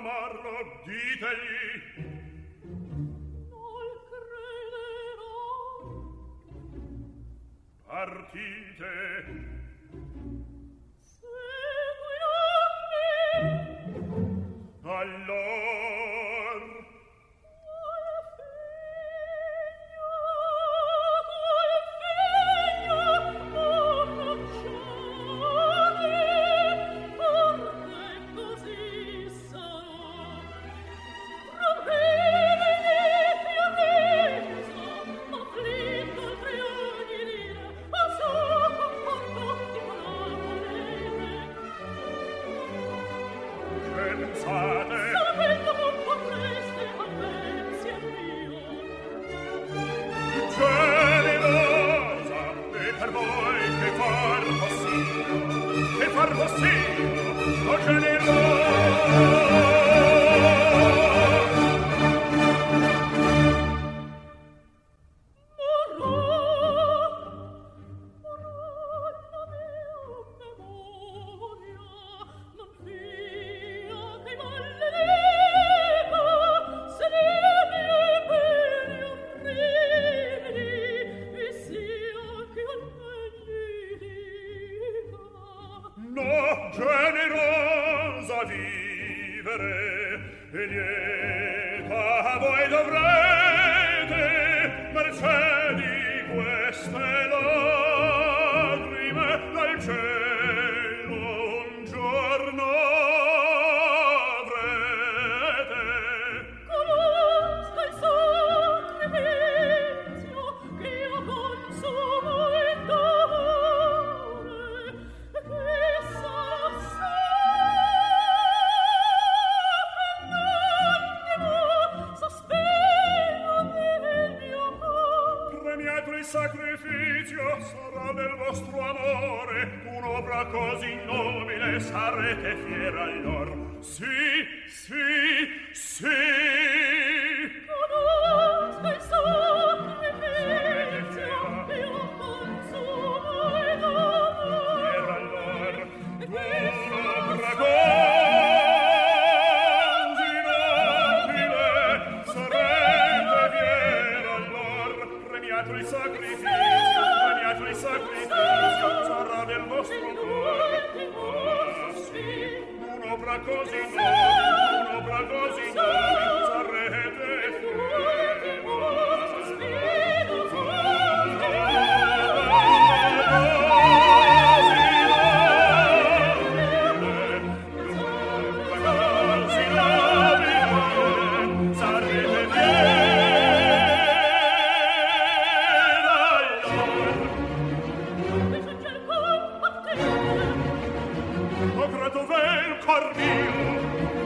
amarlo, ditegli. Non crederò. Partite. Seguiami. Allor. Grato vel cor mio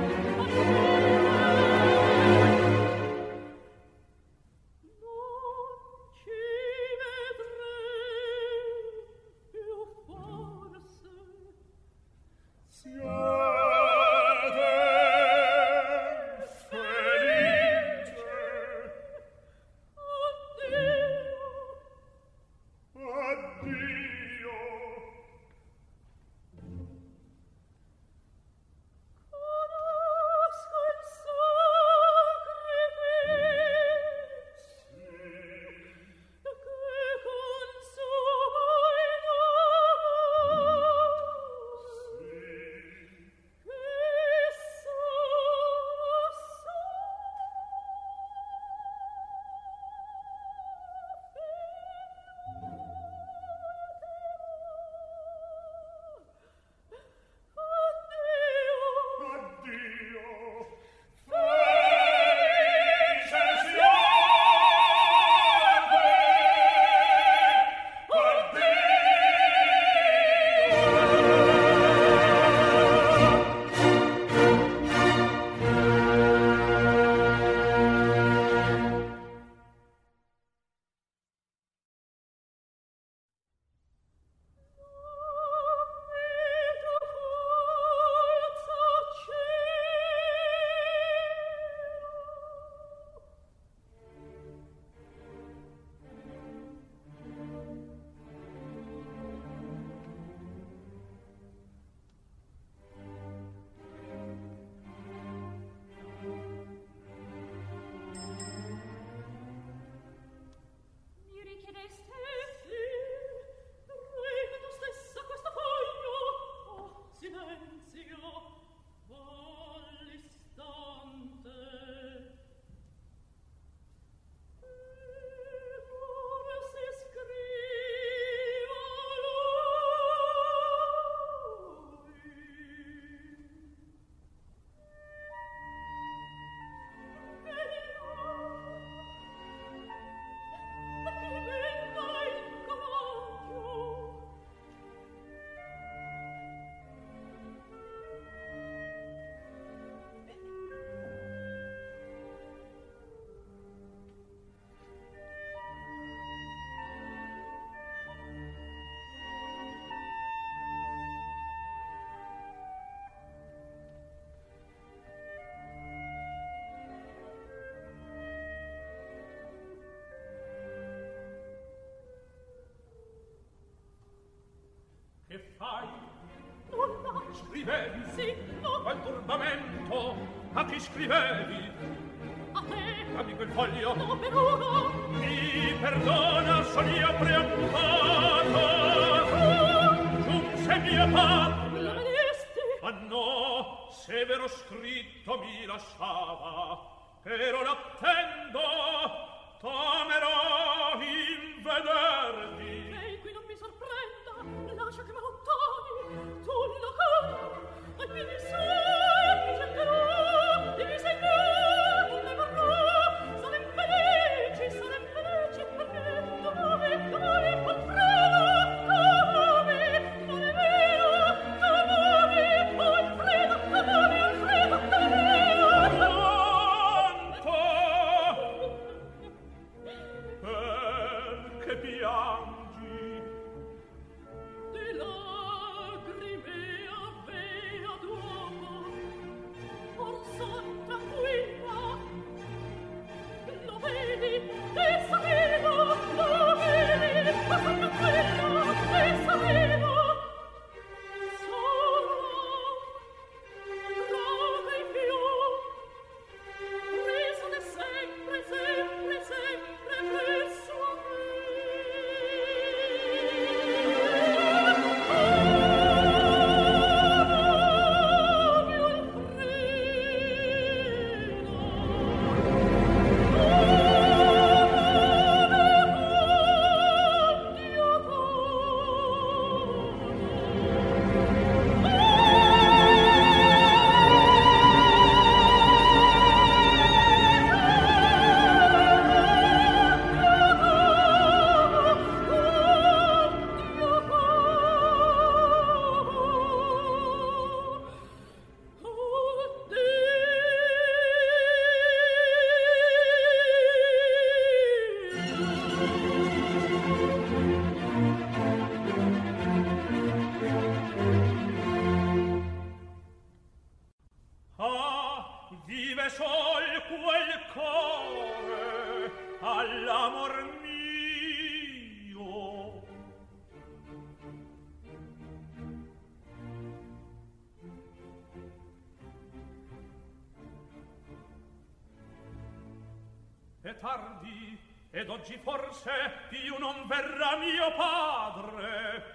Mi richiedeste? Sì, prego tu stessa questo foglio. Oh, silenzio, all'istante. Ora si scriva Che fai? Nulla. Scrivevi? Sì, no. Qual turbamento? A chi scrivevi? A te. Dammi quel foglio. No, per ora. Mi perdona, son io preoccupato. Giunse mio padre. Lo vedesti? Ma no, severo scritto mi lasciava. Però l'attendo, tomerò in vederti. Lei qui non mi sorprenda. Lascia che m'allontani. Tu lo caro. Ai piedi suoi mi cercherò. Di segnare non ne vorrò. Sarem felici per me. Dove, Alfredo, dove? Non è vero. Dove, Alfredo, dove? Perché piangi? Di lagrime avea d'uomo, or son tranquilla. Lo vedi, e sapevo, lo vedi, ma son tranquilla, e sapevo. Solo, droga in più, preso de sempre, sempre, sempre presso a me. Ah, vive sol quel cuore all'amor mio. È tardi, ed oggi forse più non verrà mio padre.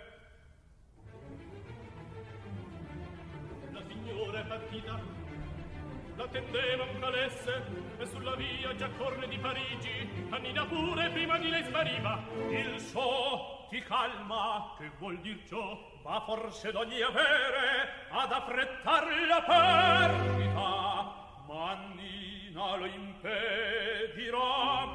La signora è partita, l'attendeva un calesse, e sulla via già corre di Parigi. Annina pure prima di lei spariva. Il so ti calma, che vuol dir ciò? Va forse d'ogni avere ad affrettar la perdita, ma Annina lo impedirà.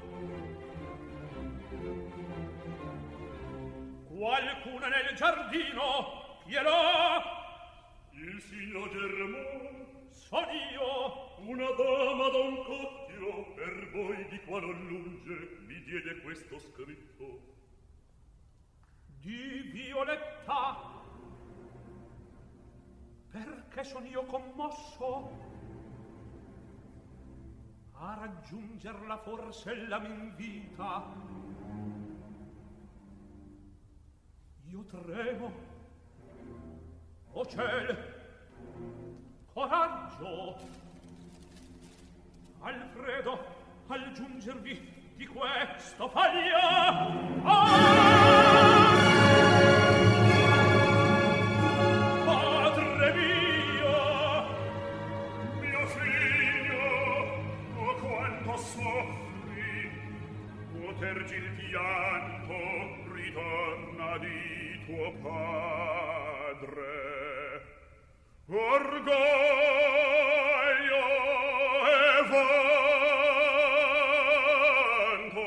Qualcuna nel giardino chiederà: il signor Germont, son io, una dama da un coppio, per voi di qua non lunge, mi diede questo scritto. Di Violetta, perché son io commosso? A raggiungerla forse la m'invita. Io tremo. O ciel, coraggio! Alfredo, al giungervi di questo foglio. Padre mio, mio figlio, oh quanto soffri, potergi il pianto, ritorna di tuo padre. Orgoglio e vanto.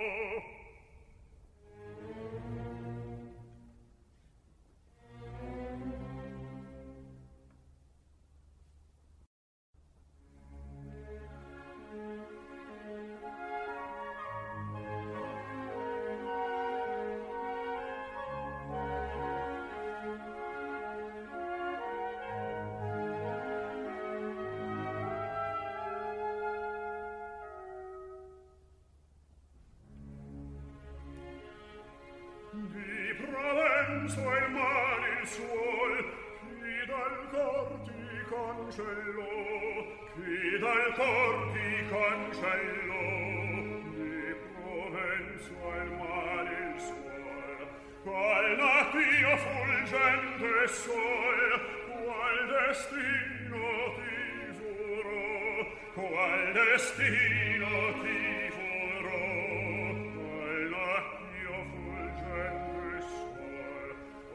Di Provenzo il mare il suol, chi dal cor ti cancellò, chi dal cor ti cancellò. Di Provenzo il mare il suol, qual natio fulgente sol, qual destino ti furò, qual destino ti furò. Qual natio fulgente sol,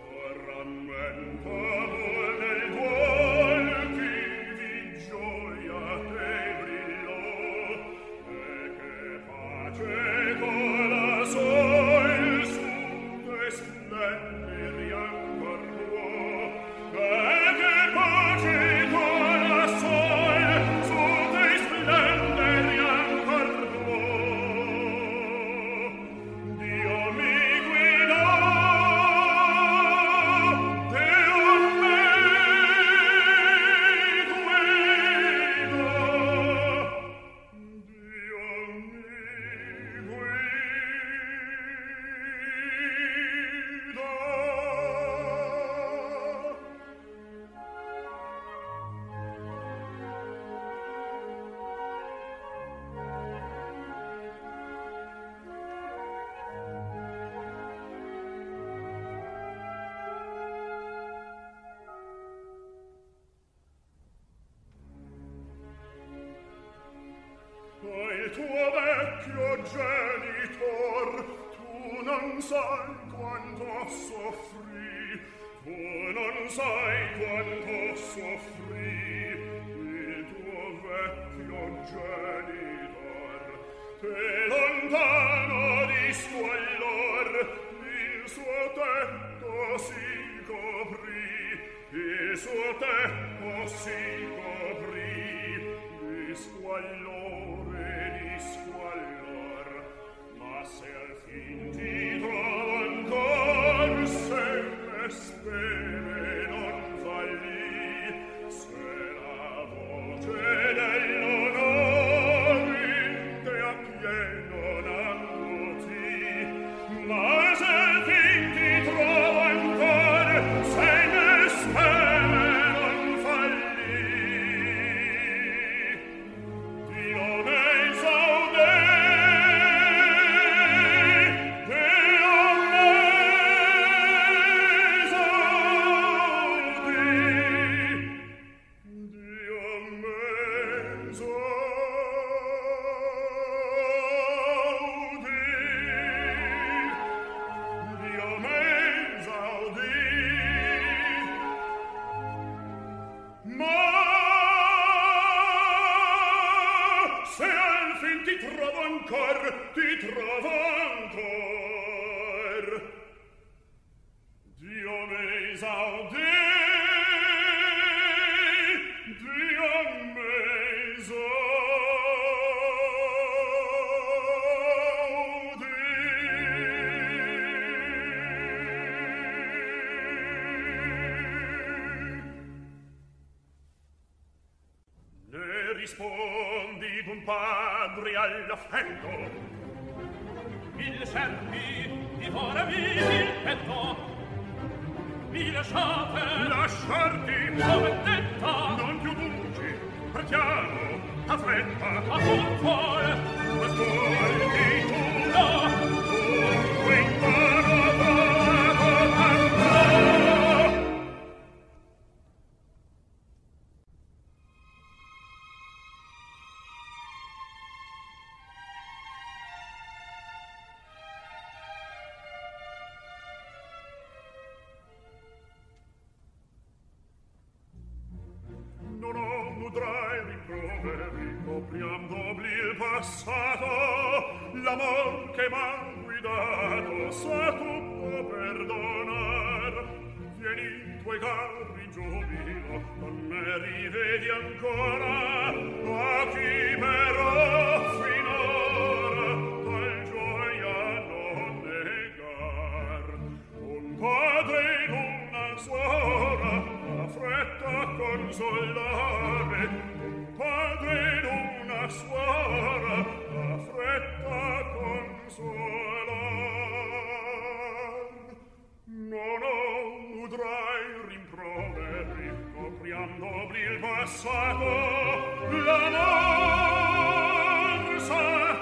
rammentavol nel duol chi di gioia te brillò, e che pace cola sol su te splenderi ancor tuo, e che pace cola sol su te splenderi ancor tuo. Dio mi guidò, Dio me guidò, Dio mi guidò. Il tuo vecchio genitor, tu non sai quanto soffrì, tu non sai quanto soffrì. Il tuo vecchio genitor, te lontano di squallor, il suo tetto si coprì, il suo tetto si coprì di squallore, di squallor. Ma se al fin ti trovo ancor, se le speme non fallì, se la voce dell'onore in te appieno n'angoti, ma se al fin ti trovo ancor, se le speme non fallì, Dio me esaudè, Dio me esaudì, Dio me esaudì, Dio me esaudì. Ma se al fin ti trovo ancor, ti trovo ancor, Dio me esaudì, Dio me esaudì. Ne rispondi d'un padre all'affetto, il serpi divorami il petto, mi lasciarti come detta, non più dungi, partiamo a fretta, a fuor fuor, passato, l'amor che m'ha guidato sa tutto perdonar. Vieni, tuoi cari giubilo, con me rivedi ancora, a chi però finora tal gioia non negar. Un padre in una suora ha fretta a consolare, un padre in una suora ha fretta a consolare. Non udrai rimproveri, copriandobli il passato, l'amor sa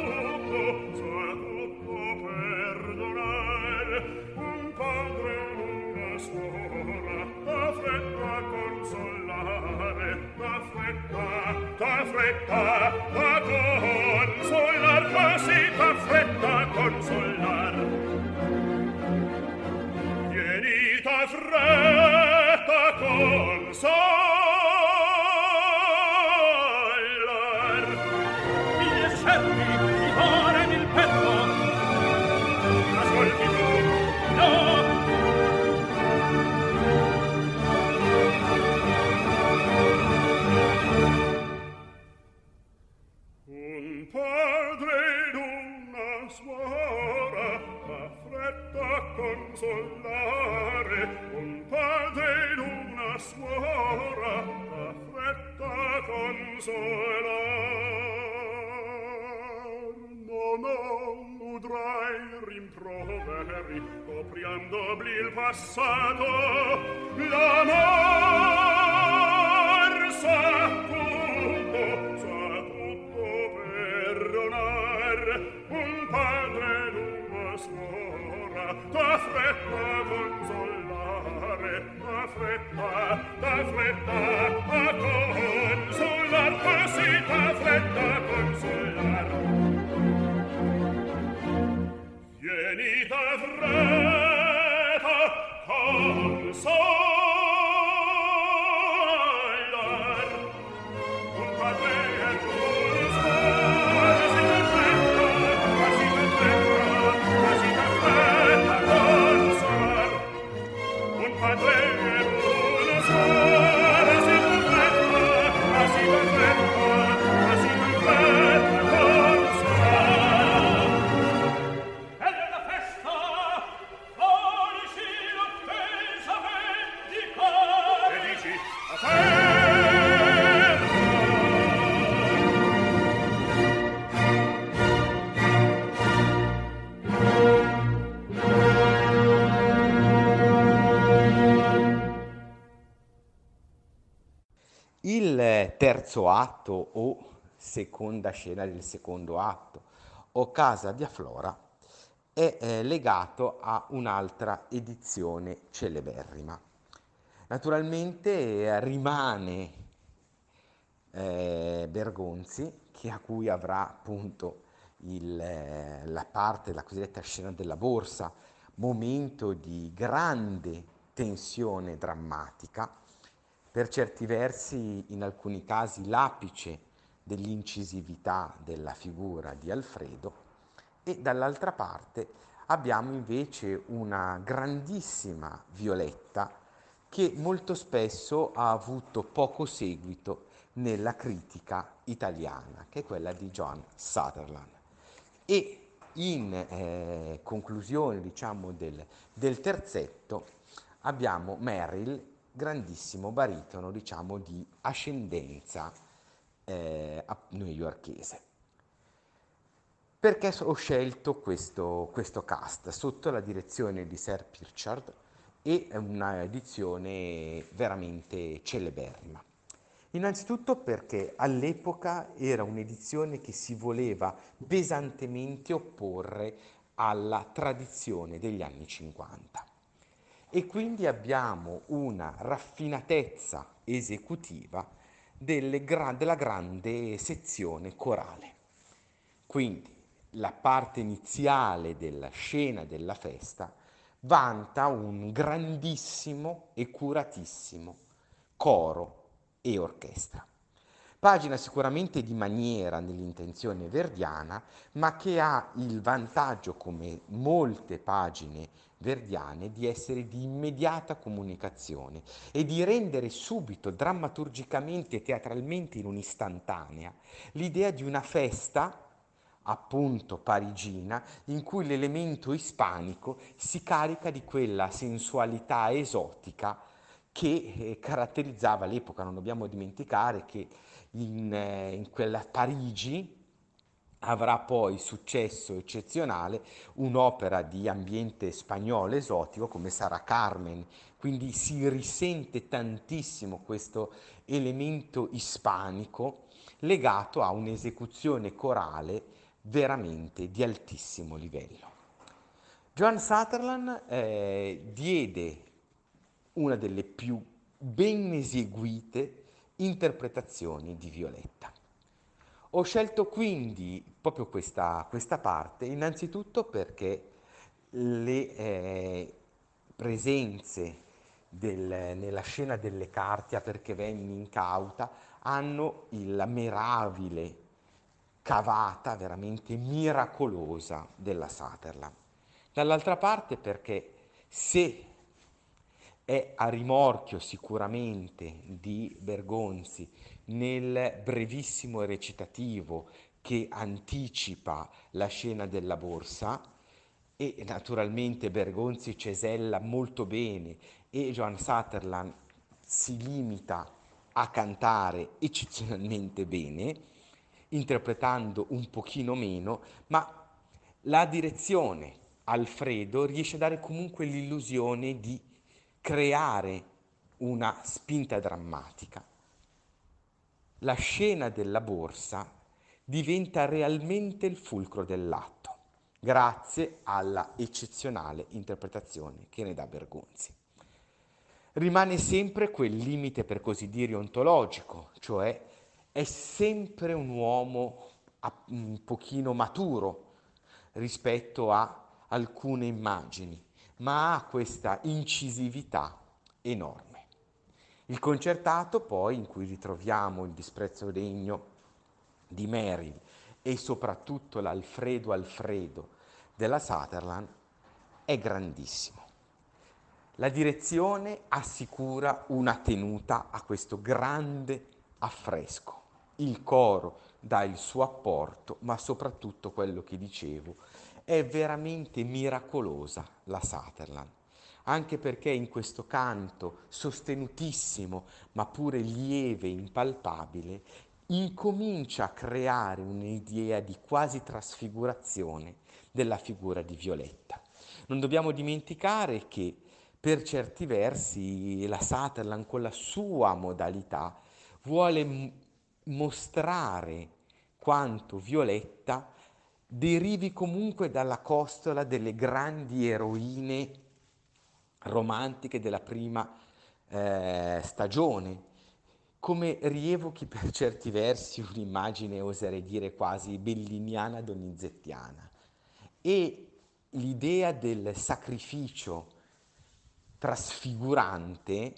tutto perdonare. Un padre e una suora t'ha fretta a consolare, t'ha fretta a consolar, ma sì t'ha fretta a consolar. Vieni, t'ha fretta a consolar. Mille scerpi mi fare nel petto. Ascolti tu, No, un padre ed una suora ha fretta a consolare, un padre ed una suora ha fretta a consolare. Non udrai rimproveri, copriandobli il passato, l'amor sa tutto perdonar. Un padre ed una suora t'ha fretta a consolare, t'ha fretta a consolar, così t'ha fretta a consolar. Vieni, t'ha fretta a consolar. Un padre ed una suora, così t'ha fretta a consolar. Un padre ed una suora, così t'ha fretta a consolar. è la festa. Fuorici l'offesa vendicare. E dici, aperta! Il terzo atto o seconda scena del secondo atto o Casa di Aflora è legato a un'altra edizione celeberrima. Naturalmente rimane Bergonzi, a cui avrà appunto la parte, la cosiddetta scena della borsa, momento di grande tensione drammatica, per certi versi in alcuni casi l'apice dell'incisività della figura di Alfredo, e dall'altra parte abbiamo invece una grandissima Violetta che molto spesso ha avuto poco seguito nella critica italiana, che è quella di Joan Sutherland. E in conclusione, diciamo, del terzetto abbiamo Merrill, grandissimo baritono, diciamo, di ascendenza newyorkese. Perché ho scelto questo cast sotto la direzione di Sir Pritchard e una edizione veramente celeberrima? Innanzitutto perché all'epoca era un'edizione che si voleva pesantemente opporre alla tradizione degli anni 50 e quindi abbiamo una raffinatezza esecutiva della grande sezione corale. Quindi la parte iniziale della scena della festa vanta un grandissimo e curatissimo coro e orchestra. Pagina sicuramente di maniera nell'intenzione verdiana, ma che ha il vantaggio, come molte pagine verdiane, di essere di immediata comunicazione e di rendere subito, drammaturgicamente e teatralmente in un'istantanea, l'idea di una festa, appunto parigina, in cui l'elemento ispanico si carica di quella sensualità esotica che caratterizzava l'epoca. Non dobbiamo dimenticare che in quella Parigi avrà poi successo eccezionale un'opera di ambiente spagnolo esotico come sarà Carmen, quindi si risente tantissimo questo elemento ispanico legato a un'esecuzione corale veramente di altissimo livello. Joan Sutherland diede una delle più ben eseguite interpretazioni di Violetta. Ho scelto quindi proprio questa parte, innanzitutto perché le presenze nella scena delle carte, perché venni incauta, hanno la meravile cavata veramente miracolosa della Sutherland. Dall'altra parte perché se è a rimorchio sicuramente di Bergonzi nel brevissimo recitativo che anticipa la scena della borsa, e naturalmente Bergonzi cesella molto bene e Joan Sutherland si limita a cantare eccezionalmente bene, interpretando un pochino meno, ma la direzione Alfredo riesce a dare comunque l'illusione di creare una spinta drammatica. La scena della borsa diventa realmente il fulcro dell'atto, grazie alla eccezionale interpretazione che ne dà Bergonzi. Rimane sempre quel limite, per così dire, ontologico, cioè è sempre un uomo un pochino maturo rispetto a alcune immagini, ma ha questa incisività enorme. Il concertato, poi, in cui ritroviamo il disprezzo degno di Merrill e soprattutto l'Alfredo della Sutherland, è grandissimo. La direzione assicura una tenuta a questo grande affresco. Il coro dà il suo apporto, ma soprattutto quello che dicevo, è veramente miracolosa la Sutherland, anche perché in questo canto sostenutissimo, ma pure lieve, impalpabile, incomincia a creare un'idea di quasi trasfigurazione della figura di Violetta. Non dobbiamo dimenticare che per certi versi la Sutherland con la sua modalità vuole mostrare quanto Violetta derivi comunque dalla costola delle grandi eroine romantiche della prima stagione, come rievochi per certi versi un'immagine, oserei dire, quasi belliniana donizettiana. E l'idea del sacrificio trasfigurante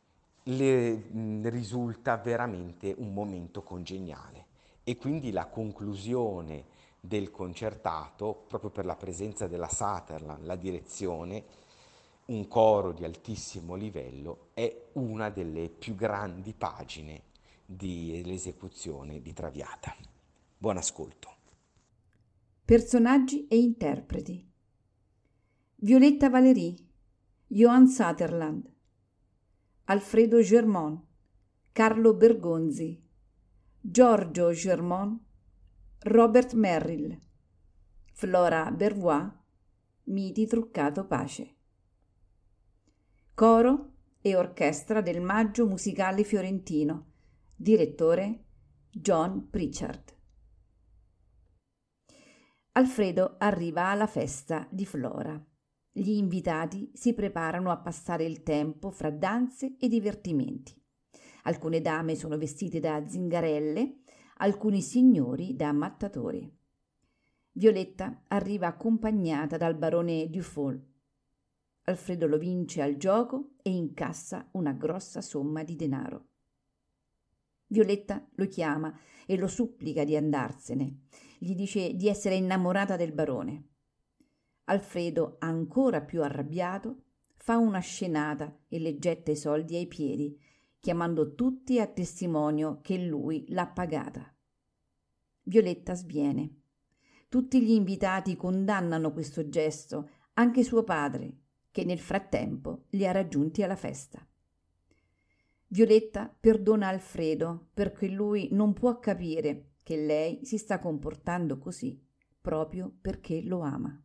le risulta veramente un momento congeniale. E quindi la conclusione del concertato, proprio per la presenza della Sutherland, la direzione, un coro di altissimo livello, è una delle più grandi pagine dell'esecuzione di Traviata. Buon ascolto. Personaggi e interpreti: Violetta Valéry, Joan Sutherland, Alfredo Germont, Carlo Bergonzi, Giorgio Germont, Robert Merrill, Flora Bervois, Miti Truccato Pace. Coro e orchestra del Maggio Musicale Fiorentino, direttore John Pritchard. Alfredo arriva alla festa di Flora. Gli invitati si preparano a passare il tempo fra danze e divertimenti. Alcune dame sono vestite da zingarelle, alcuni signori da mattatori. Violetta arriva accompagnata dal barone Dufault. Alfredo lo vince al gioco e incassa una grossa somma di denaro. Violetta lo chiama e lo supplica di andarsene. Gli dice di essere innamorata del barone. Alfredo, ancora più arrabbiato, fa una scenata e le getta i soldi ai piedi, chiamando tutti a testimonio che lui l'ha pagata. Violetta sviene. Tutti gli invitati condannano questo gesto, anche suo padre, che nel frattempo li ha raggiunti alla festa. Violetta perdona Alfredo perché lui non può capire che lei si sta comportando così proprio perché lo ama.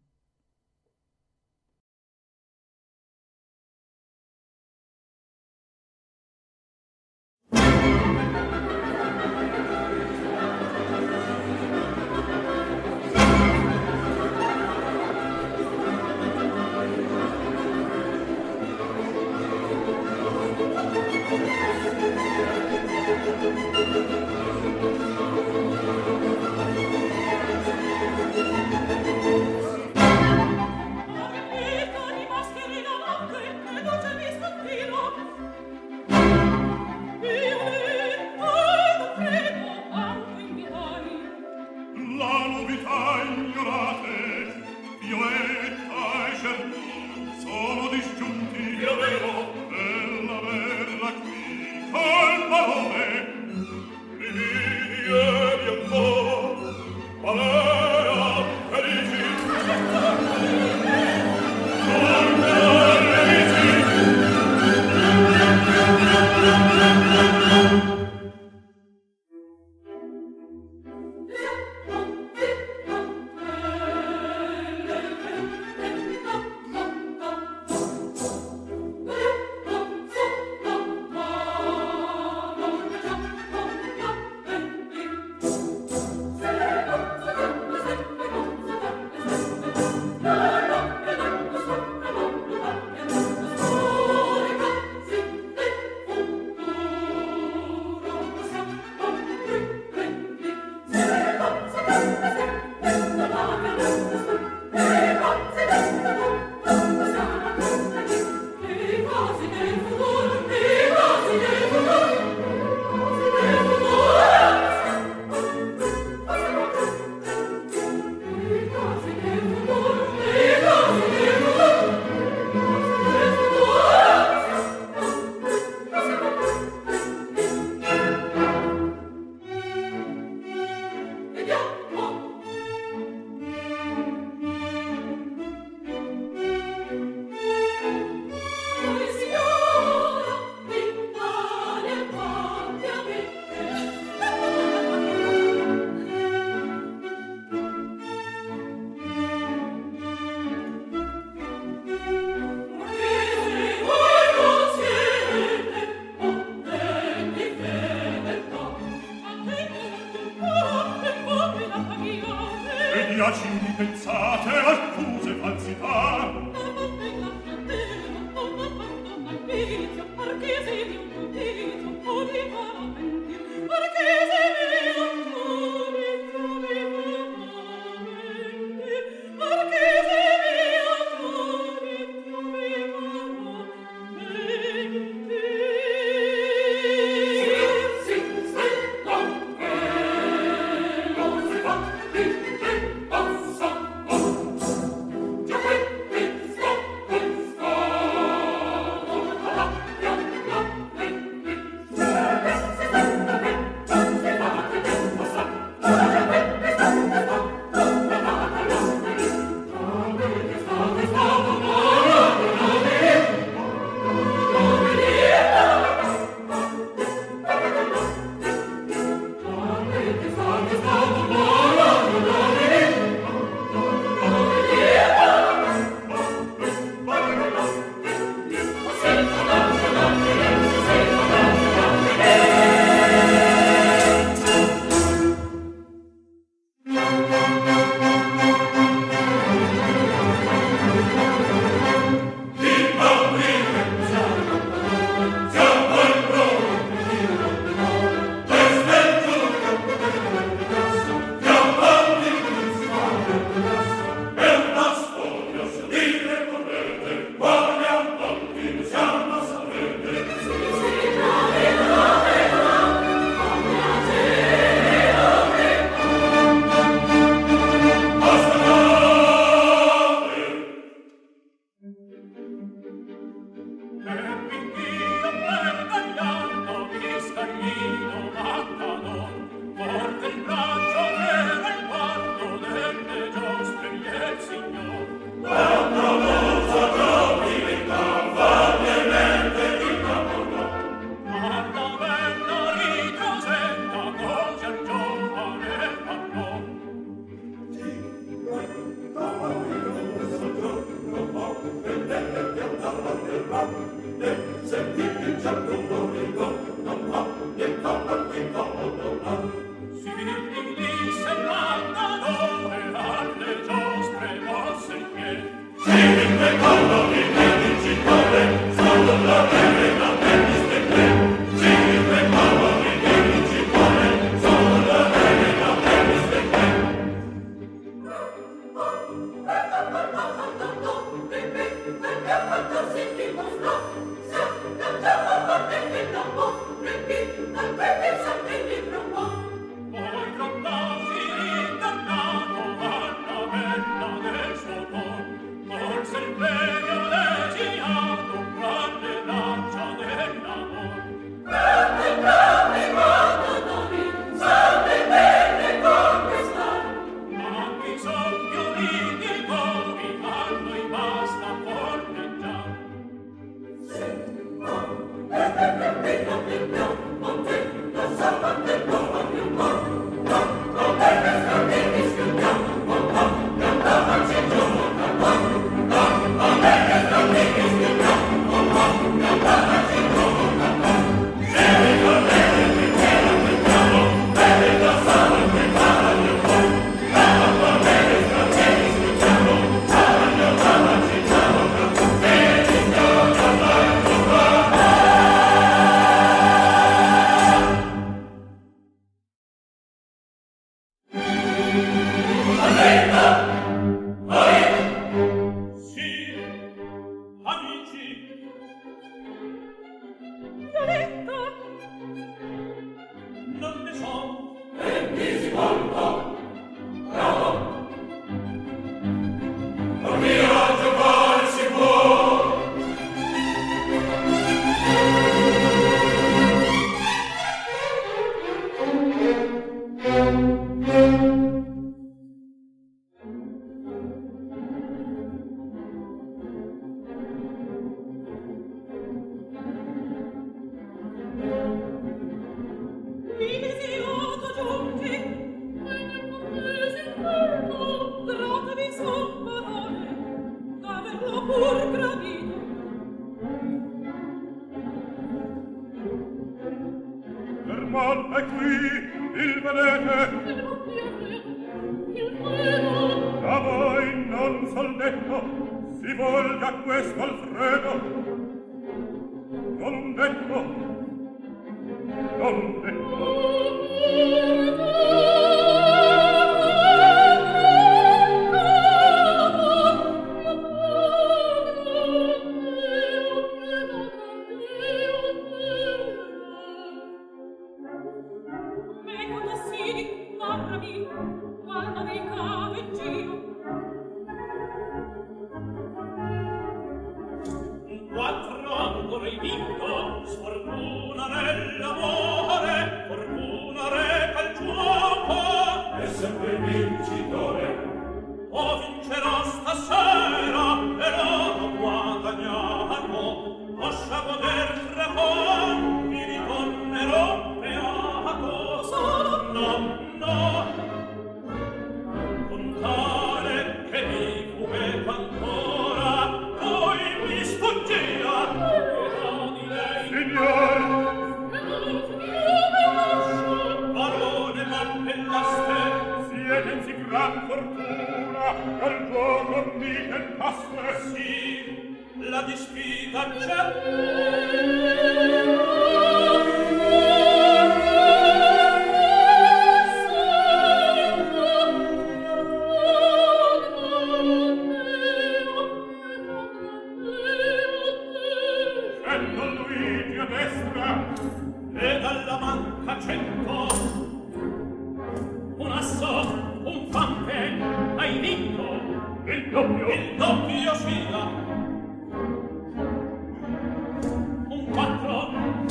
Un 4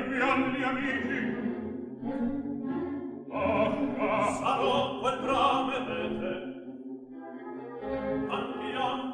grandi amici. Sarò quel brave vete. Andiamo.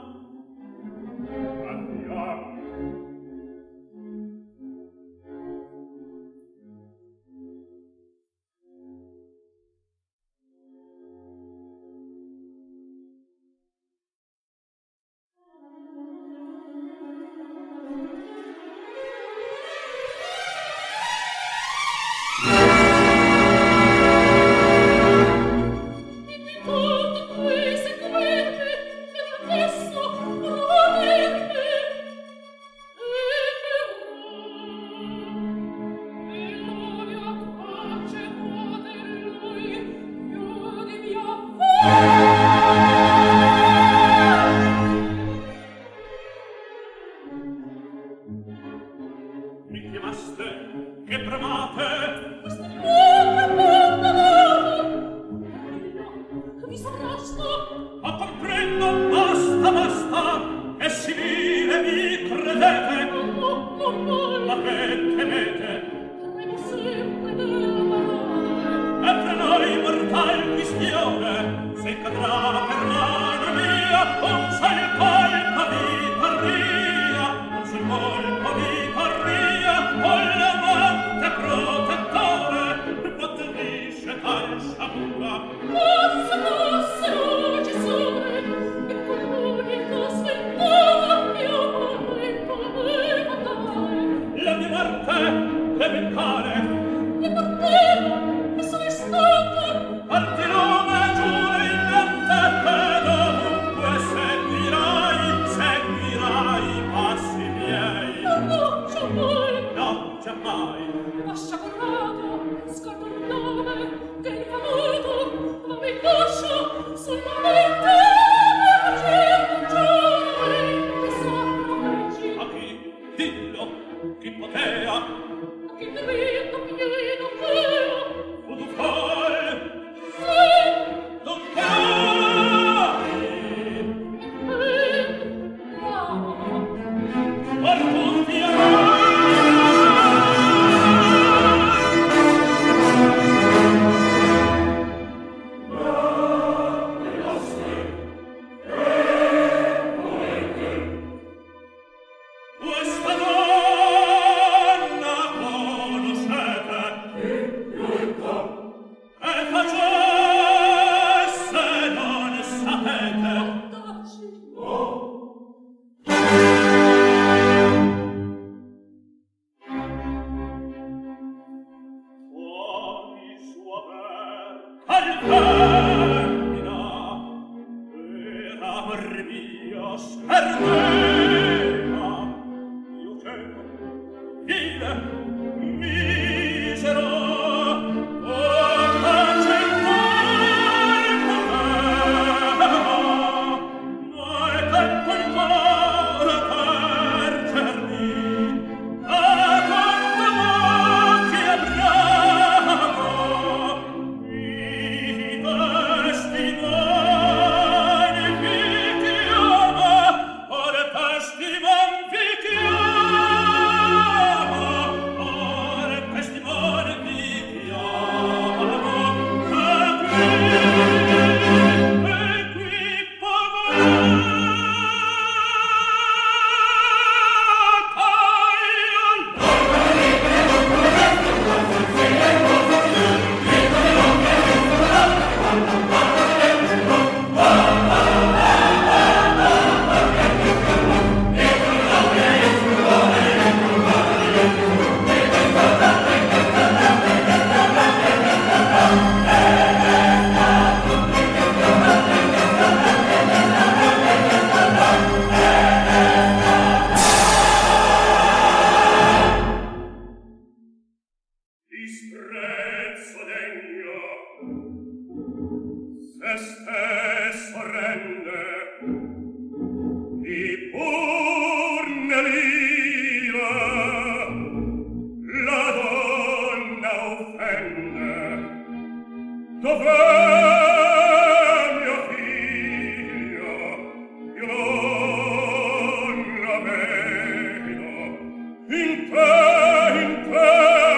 In te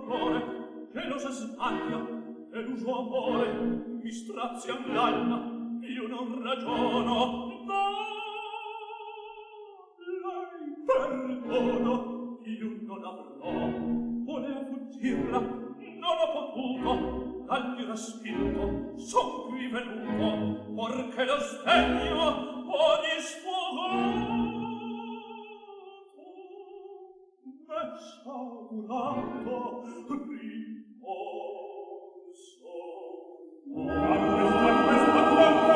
orrore, che non si sbaglia, e l'uso amore mi strazian l'alma, io non ragiono. No, lei perdono, io non avrò, voleva fuggirla, non ho potuto, dagli respinto, son qui venuto, porché lo sdegno ho disfogato, m'è sciagurato riposo. A questa conta,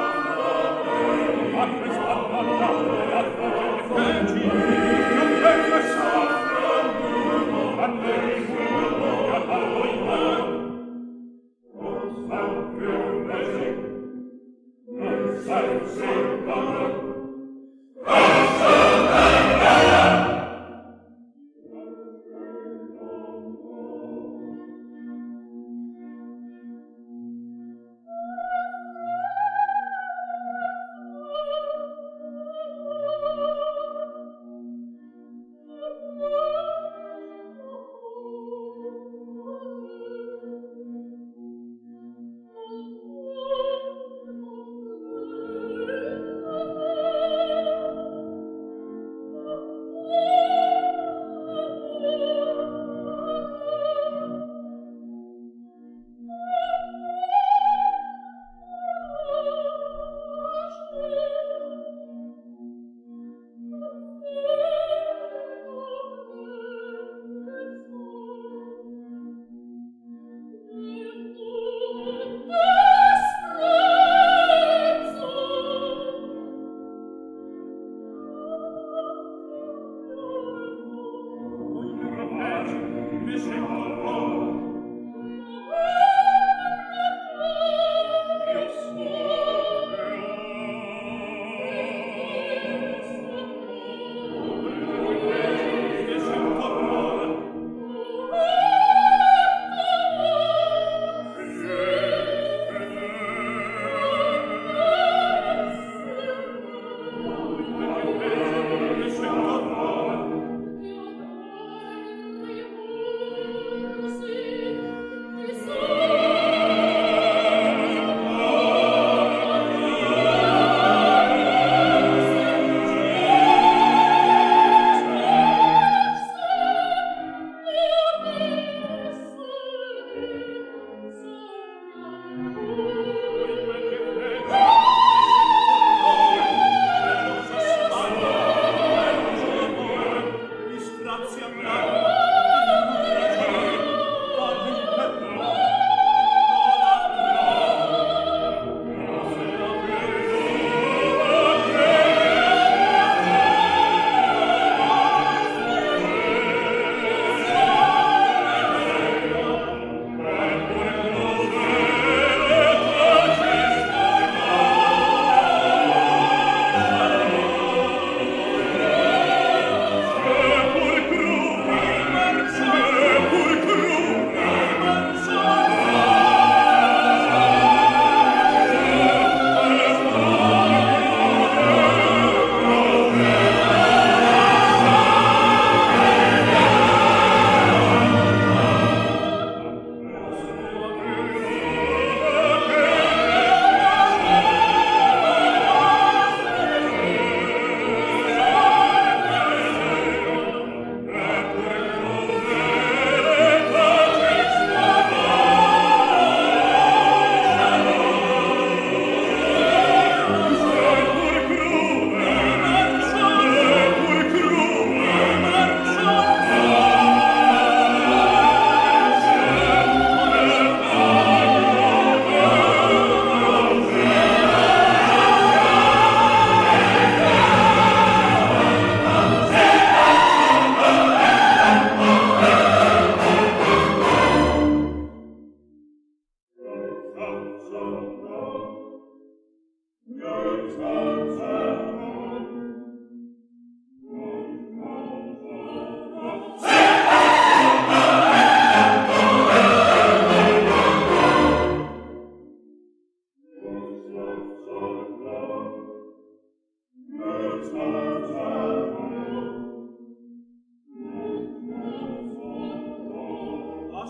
a questa conta, a feci, non deve soffrire, a lei fu, a voi sempre un mese, non sai sempre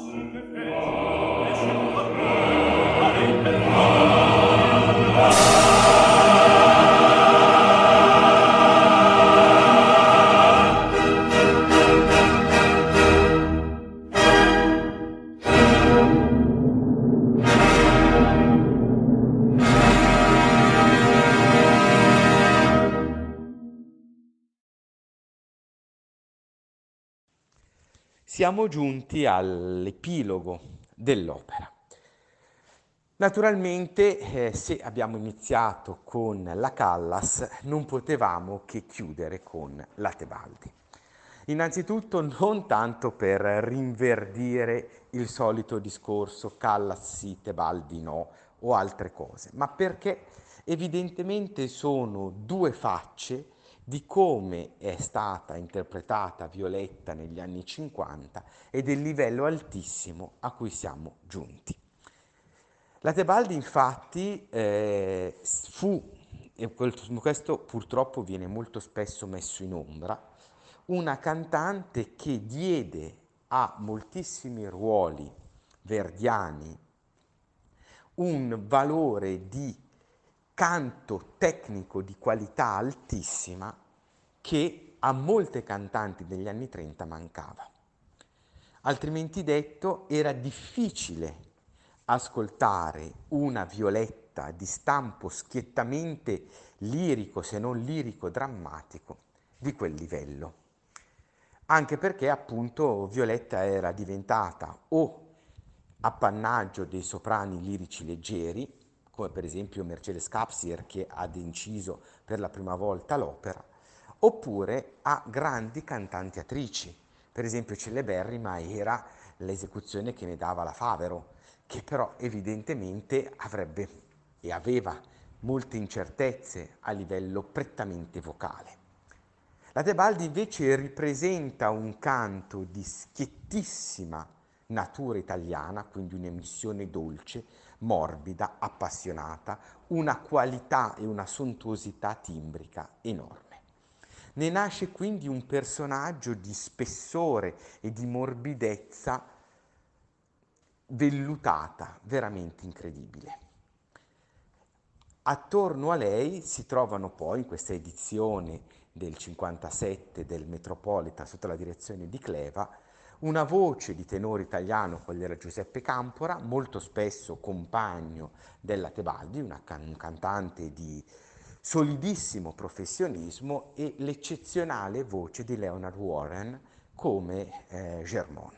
Siamo giunti all'epilogo dell'opera. Naturalmente, se abbiamo iniziato con la Callas, non potevamo che chiudere con la Tebaldi. Innanzitutto non tanto per rinverdire il solito discorso Callas sì, Tebaldi no o altre cose, ma perché evidentemente sono due facce di come è stata interpretata Violetta negli anni 50 e del livello altissimo a cui siamo giunti. La Tebaldi infatti fu, e questo purtroppo viene molto spesso messo in ombra, una cantante che diede a moltissimi ruoli verdiani un valore di canto tecnico di qualità altissima che a molte cantanti degli anni 30 mancava. Altrimenti detto, era difficile ascoltare una Violetta di stampo schiettamente lirico, se non lirico drammatico, di quel livello. Anche perché appunto Violetta era diventata o appannaggio dei soprani lirici leggeri, come per esempio Mercedes Capsier che ha inciso per la prima volta l'opera, oppure a grandi cantanti attrici. Per esempio celeberrima era l'esecuzione che ne dava la Favero, che però evidentemente avrebbe e aveva molte incertezze a livello prettamente vocale. La Tebaldi invece ripresenta un canto di schiettissima natura italiana, quindi un'emissione dolce, morbida, appassionata, una qualità e una sontuosità timbrica enorme. Ne nasce quindi un personaggio di spessore e di morbidezza vellutata, veramente incredibile. Attorno a lei si trovano poi, in questa edizione del 57 del Metropolitan sotto la direzione di Cleva, una voce di tenore italiano, quella era Giuseppe Campora, molto spesso compagno della Tebaldi, un cantante di solidissimo professionismo, e l'eccezionale voce di Leonard Warren come Germont.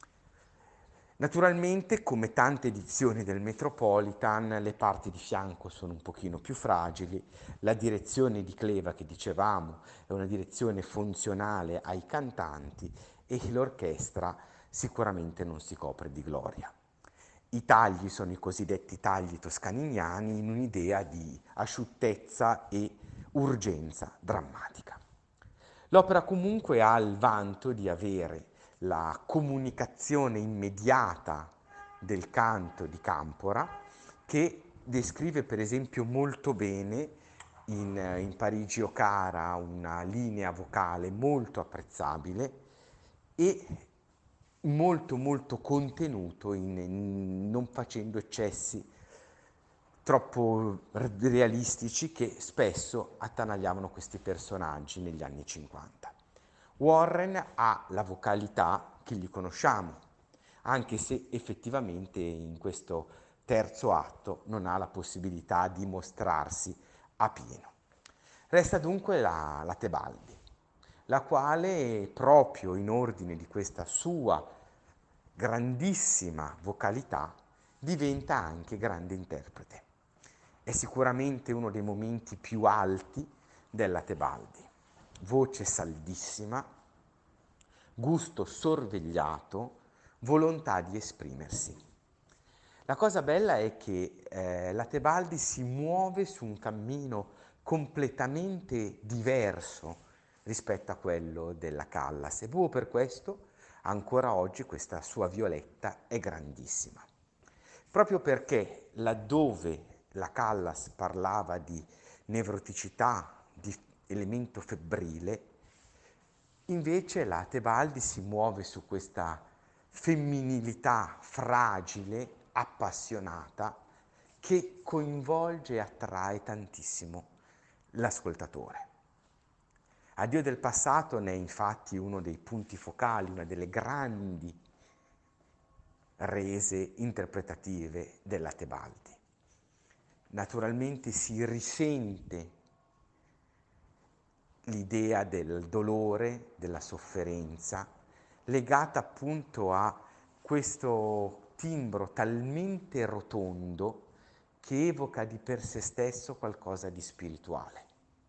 Naturalmente, come tante edizioni del Metropolitan, le parti di fianco sono un pochino più fragili, la direzione di Cleva che dicevamo è una direzione funzionale ai cantanti e l'orchestra sicuramente non si copre di gloria. I tagli sono i cosiddetti tagli toscanignani in un'idea di asciuttezza e urgenza drammatica. L'opera comunque ha il vanto di avere la comunicazione immediata del canto di Campora, che descrive per esempio molto bene in Parigi o cara una linea vocale molto apprezzabile e molto contenuto non facendo eccessi troppo realistici che spesso attanagliavano questi personaggi negli anni 50. Warren ha la vocalità che gli conosciamo, anche se effettivamente in questo terzo atto non ha la possibilità di mostrarsi a pieno. Resta dunque la Tebaldi, la quale proprio in ordine di questa sua grandissima vocalità diventa anche grande interprete. È sicuramente uno dei momenti più alti della Tebaldi. Voce saldissima, gusto sorvegliato, volontà di esprimersi. La cosa bella è che la Tebaldi si muove su un cammino completamente diverso rispetto a quello della Callas e proprio per questo ancora oggi questa sua Violetta è grandissima. Proprio perché laddove la Callas parlava di nevroticità, di elemento febbrile, invece la Tebaldi si muove su questa femminilità fragile, appassionata, che coinvolge e attrae tantissimo l'ascoltatore. Addio del passato ne è infatti uno dei punti focali, una delle grandi rese interpretative della Tebaldi. Naturalmente si risente l'idea del dolore, della sofferenza, legata appunto a questo timbro talmente rotondo che evoca di per sé stesso qualcosa di spirituale.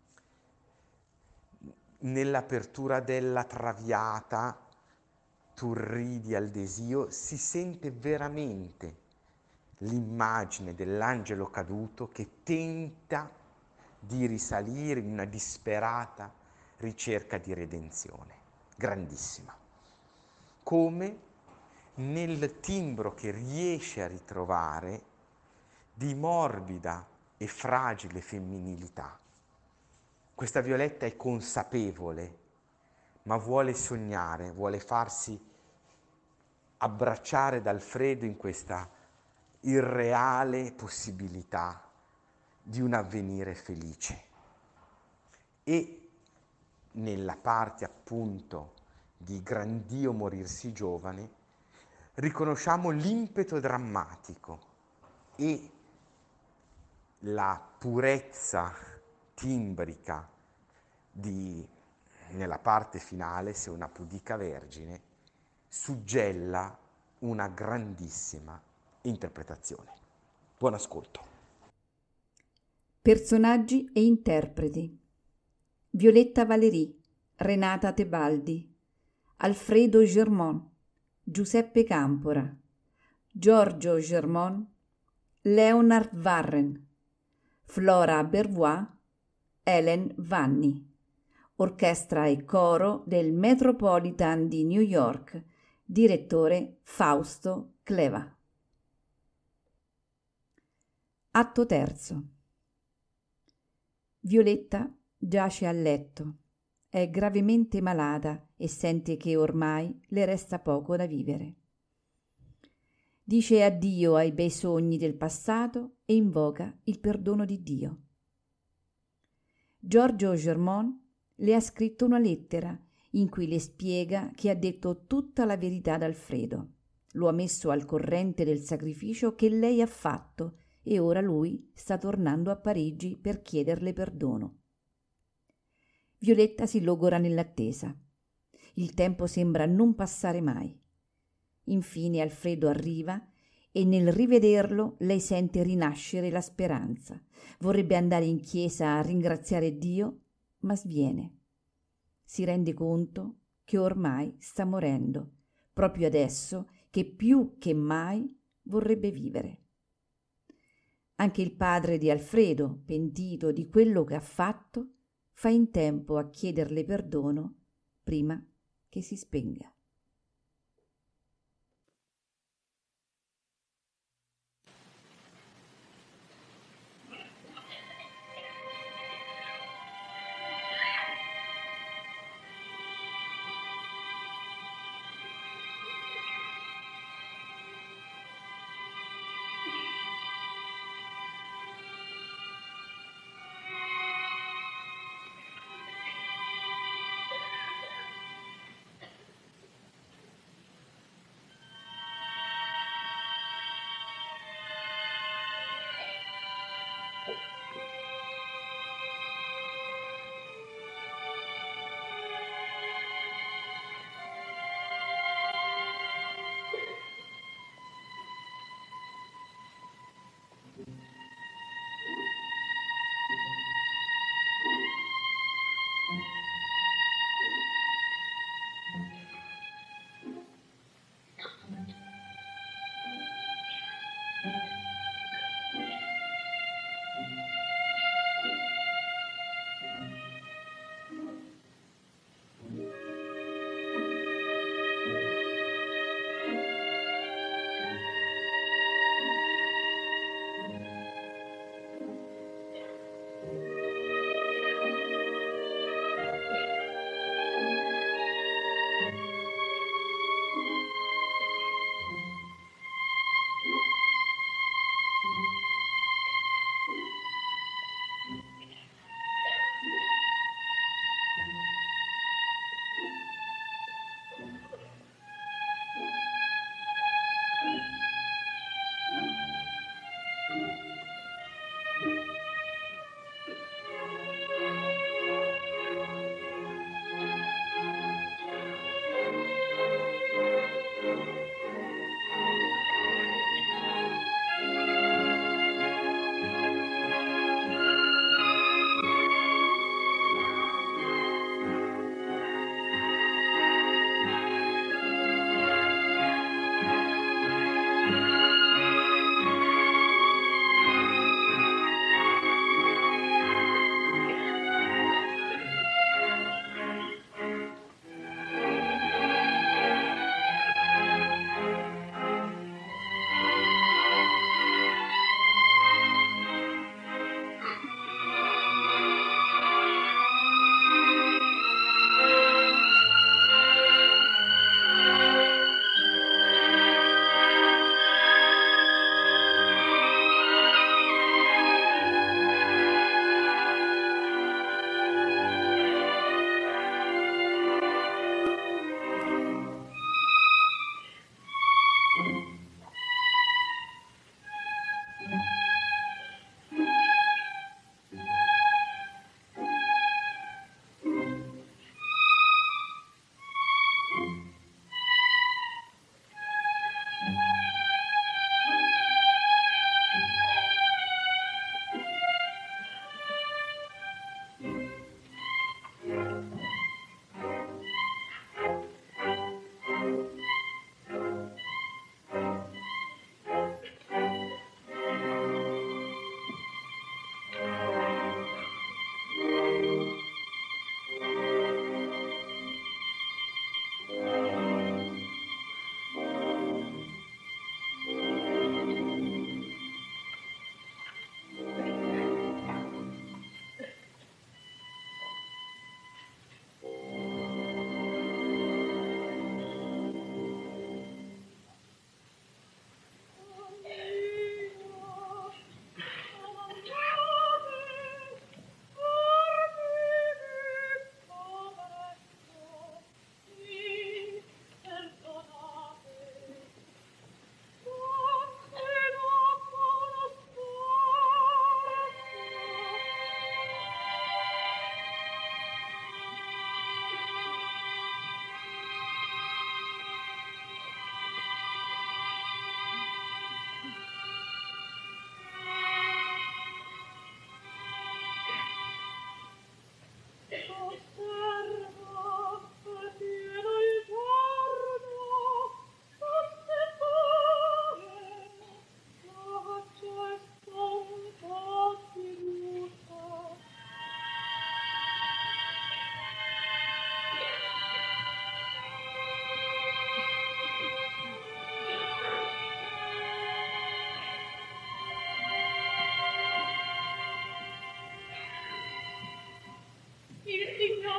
Nell'apertura della Traviata, tu ridi al desio, si sente veramente l'immagine dell'angelo caduto che tenta di risalire in una disperata ricerca di redenzione, grandissima. Come nel timbro che riesce a ritrovare di morbida e fragile femminilità. Questa Violetta è consapevole, ma vuole sognare, vuole farsi abbracciare da Alfredo in questa irreale possibilità di un avvenire felice. E nella parte appunto di Grandio morirsi giovane riconosciamo l'impeto drammatico e la purezza timbrica nella parte finale, se una pudica vergine, suggella una grandissima interpretazione. Buon ascolto. Personaggi e interpreti: Violetta Valéry, Renata Tebaldi, Alfredo Germont, Giuseppe Campora, Giorgio Germont, Leonard Warren, Flora Bervois, Helen Vanni. Orchestra e coro del Metropolitan di New York, direttore Fausto Cleva. Atto terzo. Violetta giace a letto, è gravemente malata e sente che ormai le resta poco da vivere. Dice addio ai bei sogni del passato e invoca il perdono di Dio. Giorgio Germont le ha scritto una lettera in cui le spiega che ha detto tutta la verità ad Alfredo, lo ha messo al corrente del sacrificio che lei ha fatto e ora lui sta tornando a Parigi per chiederle perdono. Violetta si logora nell'attesa. Il tempo sembra non passare mai. Infine Alfredo arriva e nel rivederlo lei sente rinascere la speranza. Vorrebbe andare in chiesa a ringraziare Dio, ma sviene. Si rende conto che ormai sta morendo, proprio adesso che più che mai vorrebbe vivere. Anche il padre di Alfredo, pentito di quello che ha fatto, fa in tempo a chiederle perdono prima che si spenga.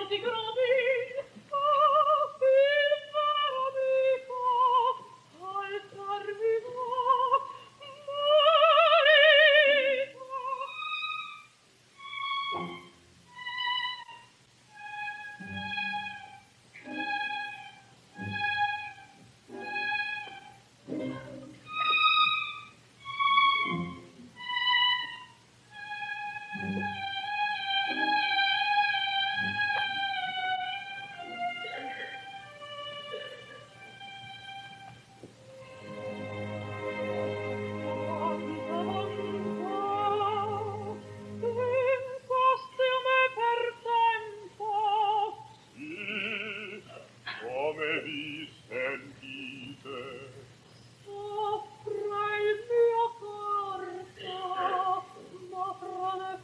alti gradini, ah, il vero amico, alzarmi va, marito. Come vi sentite? Soffra il mio corpo, ma fra le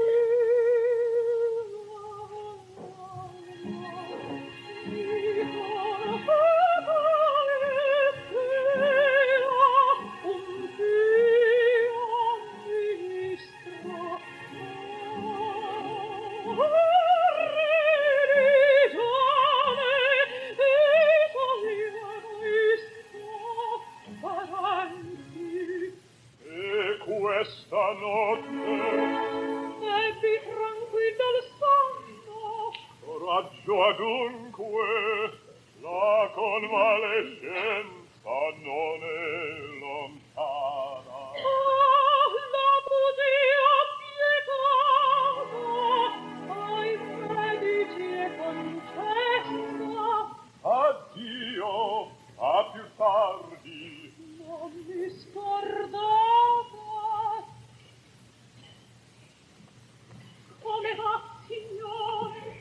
E questa notte ebbi tranquillo il sonno. coraggio adunque, la convalescenza non è lontana. Ah, la bugia pietata ai medici è concessa. Addio, a più tardi. Non mi scordate. Come va, signore?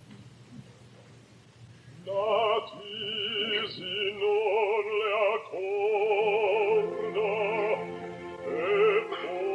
La tisi non le accorda, e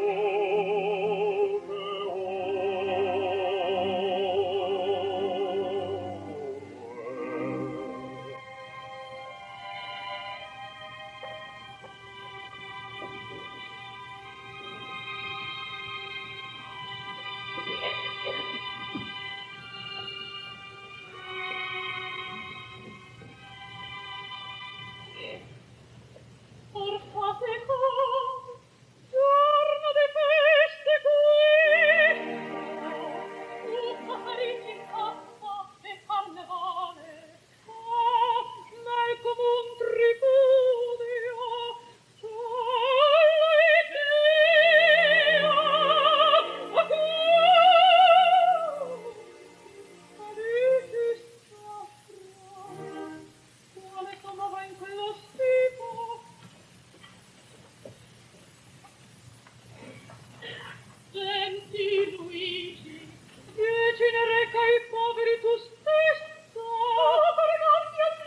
Or fate con, giorno di feste qui. Tutta Parigi incassa e carnevale. Ah, nel comun tripudio, solo Iddio. Amici soffra, quale somava in quello stipo. Senti, Luigi, dieci ne reca i poveri tu stesso. Oh, pregatti a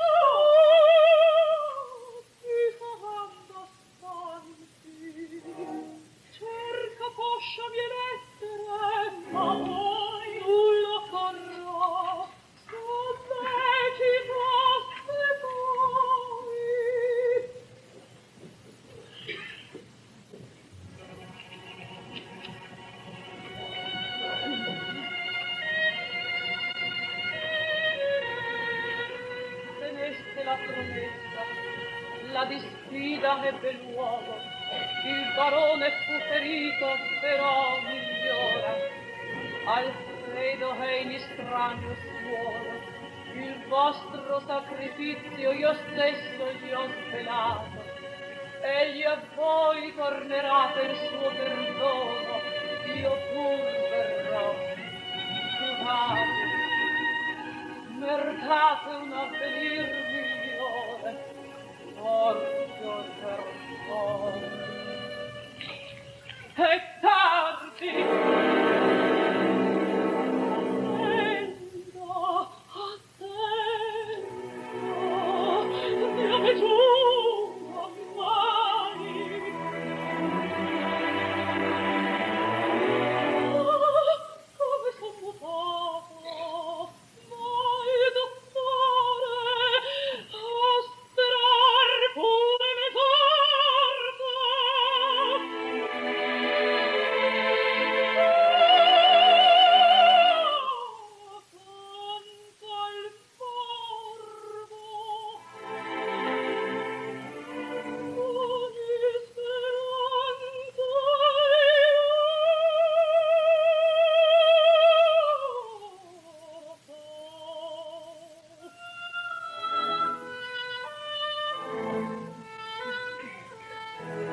no! Ti saranno stanchi. Cerca poscia mie lettere, ma poi nulla farò. Sollecito e poi. Teneste la promessa, la disfida ebbe luogo, il barone fu ferito, però migliora. Alfredo è in estraneo suolo, il vostro sacrificio io stesso gli ho svelato. Egli a voi tornerà per suo perdono, io pur verrò. Giurate, mercate un avvenir migliore, porto per voi. È tardi! Attendo, dove giungo mai? Come son mutato, ma il dottore a sperar pure mi porta.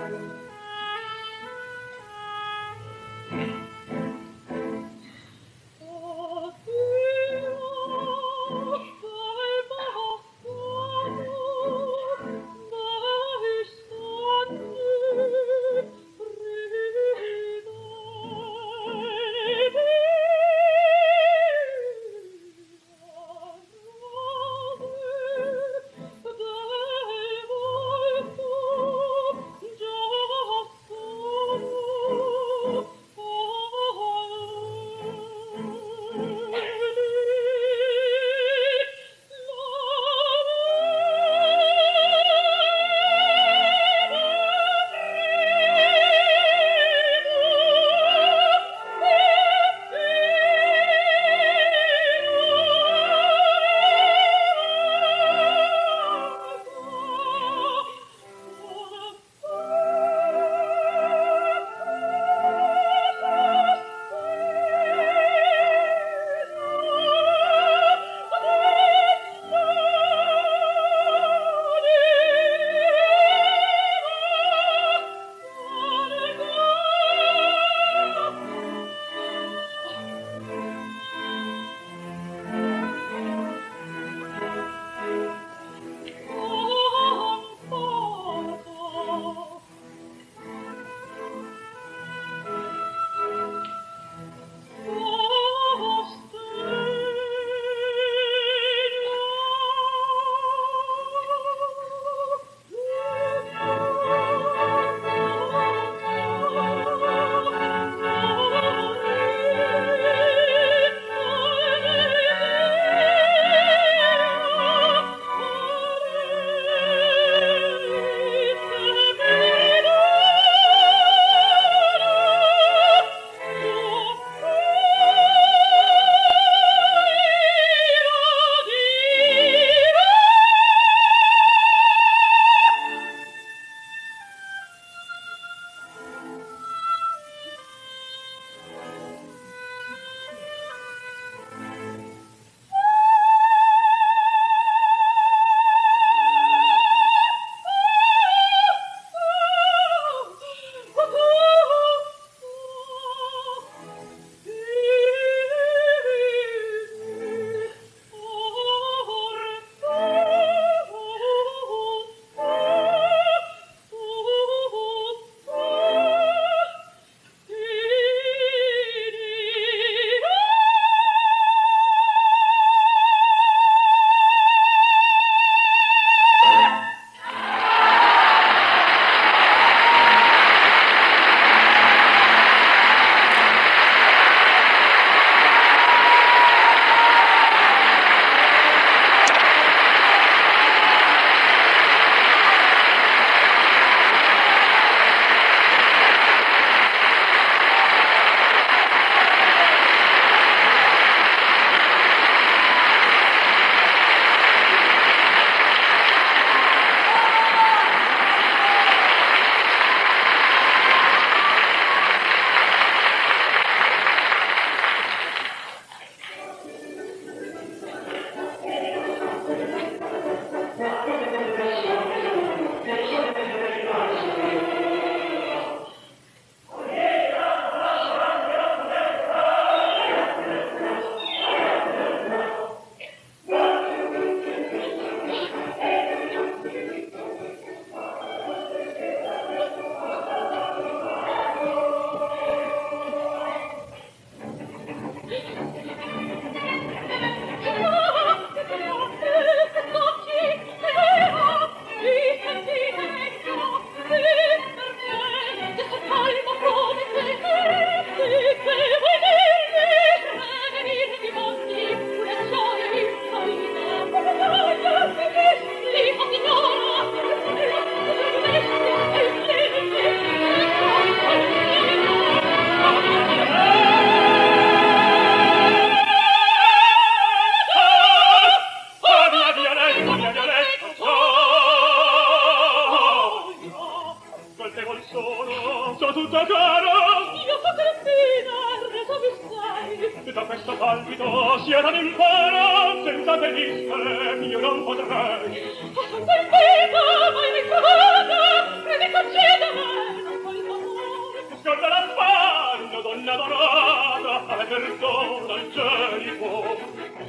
Concedere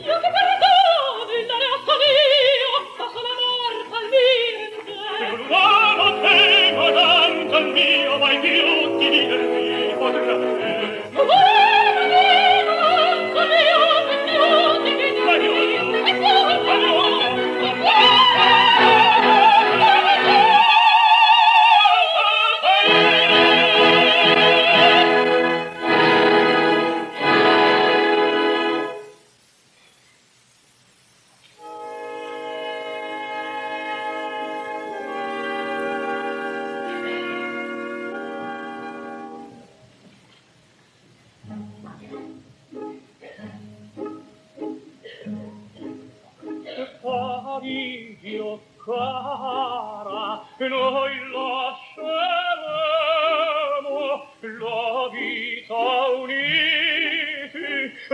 Dio cara, noi lasceremo la vita uniti,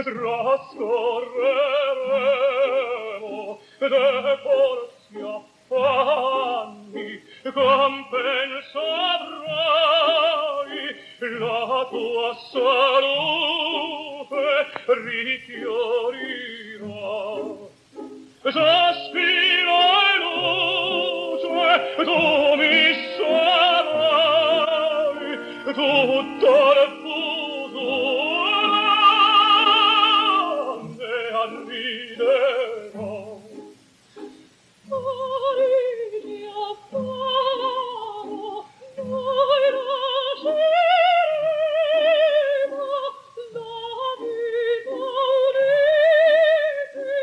trascorreremo de forzi affanni, compensa avrai la tua salute rifiorirà. Sospiro e luce, tu mi sarai, tutto il futuro ne arriverò. Aridi affaro, noi lasceremo la vita uniti,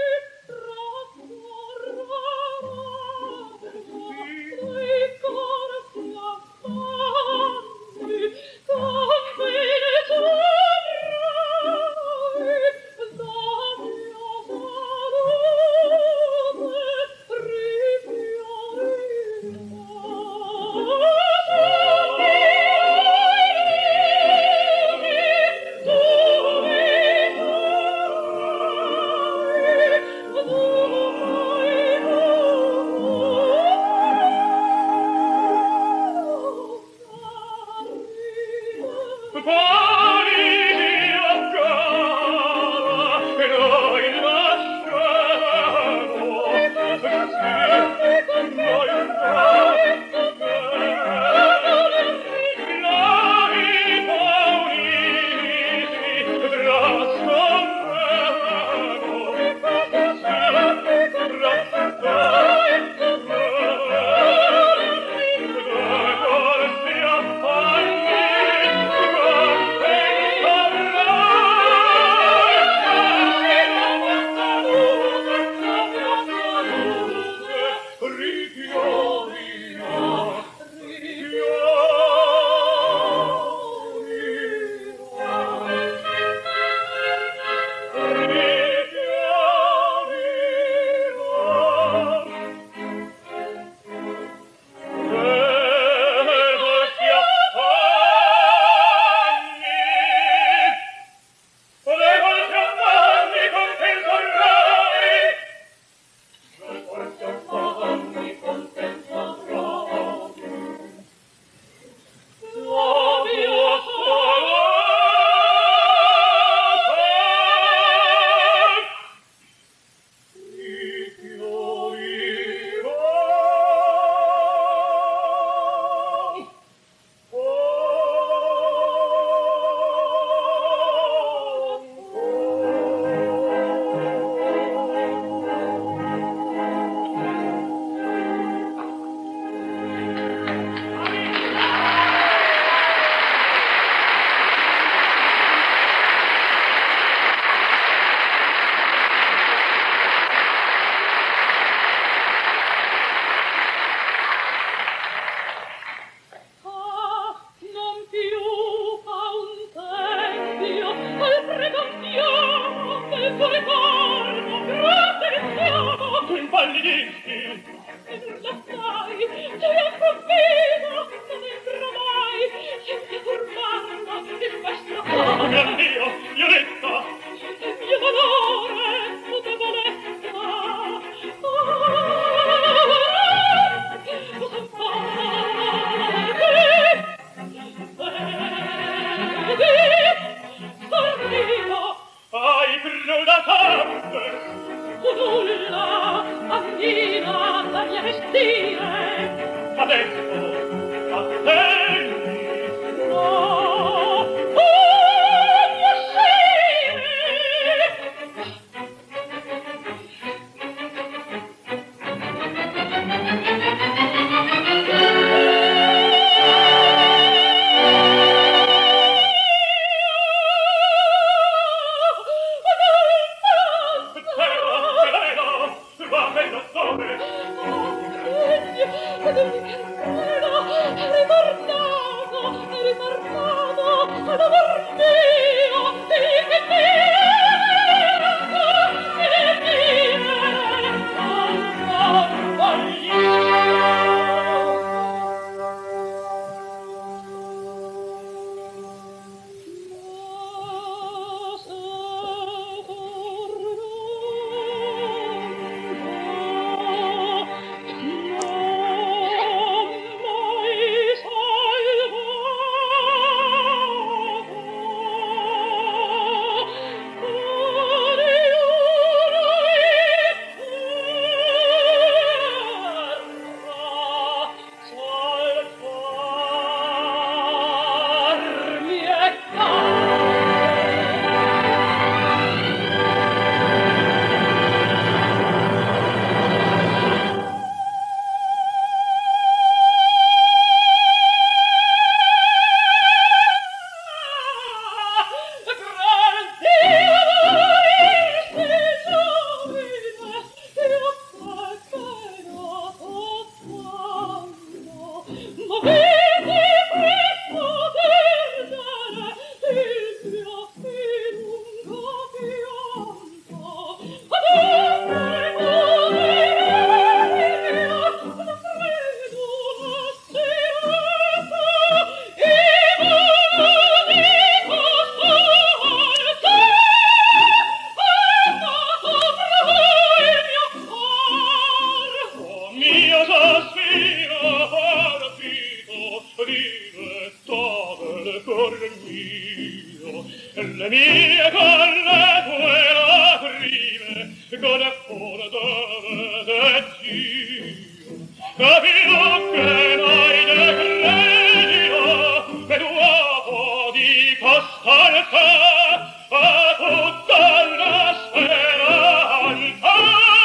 dilettare il cuore mio, e le mie con le tue lacrime, con il cuore deve Dio. Capirò che noi decredino, per uomo di costanza, a tutta la speranza,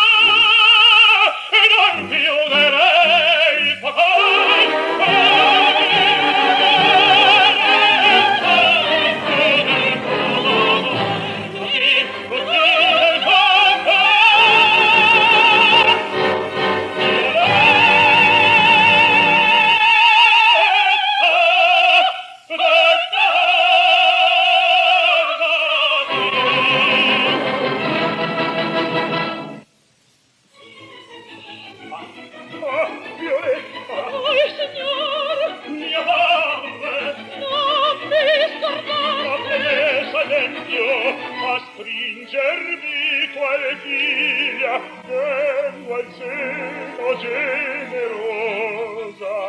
e non chiuderei il a stringermi qual figlia vengo al seno generosa.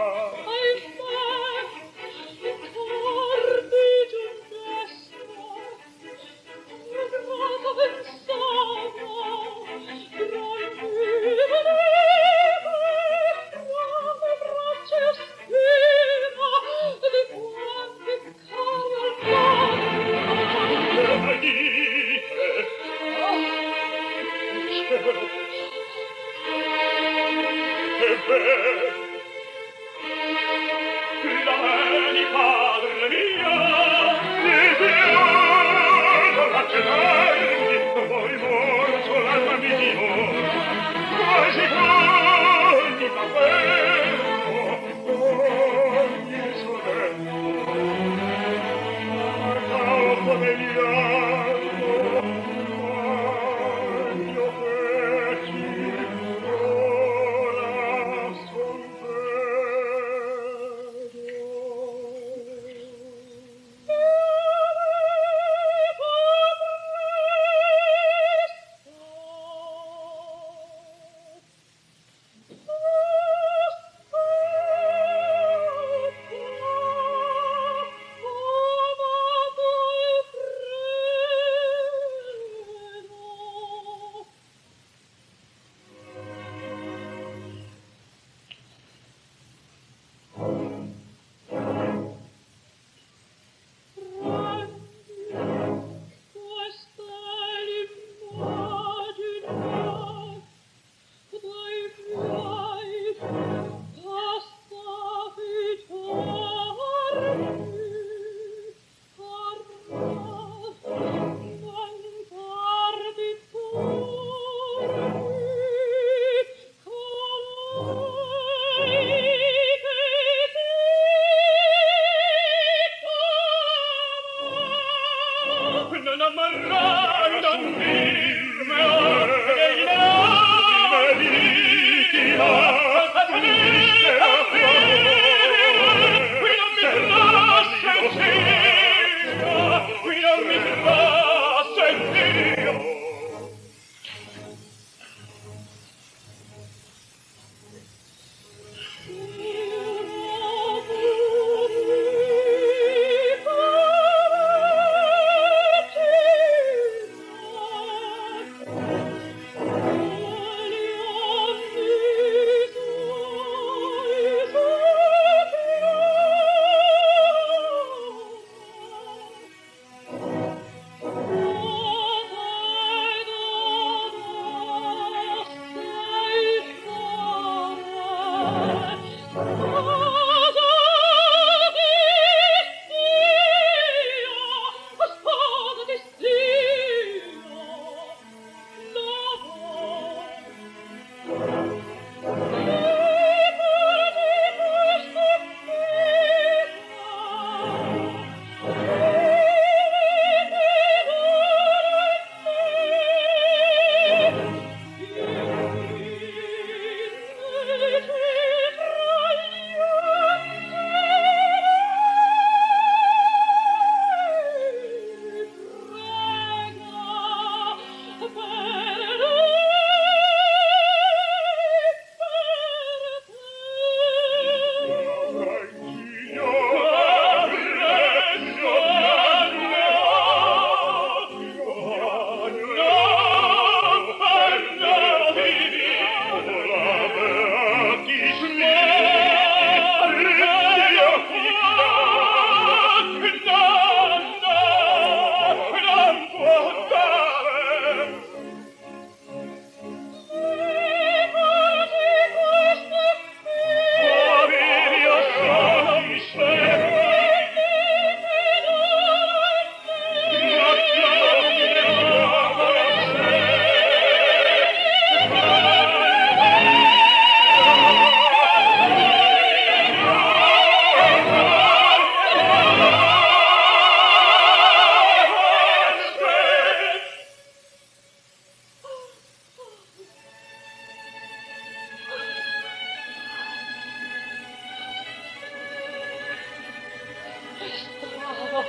strano.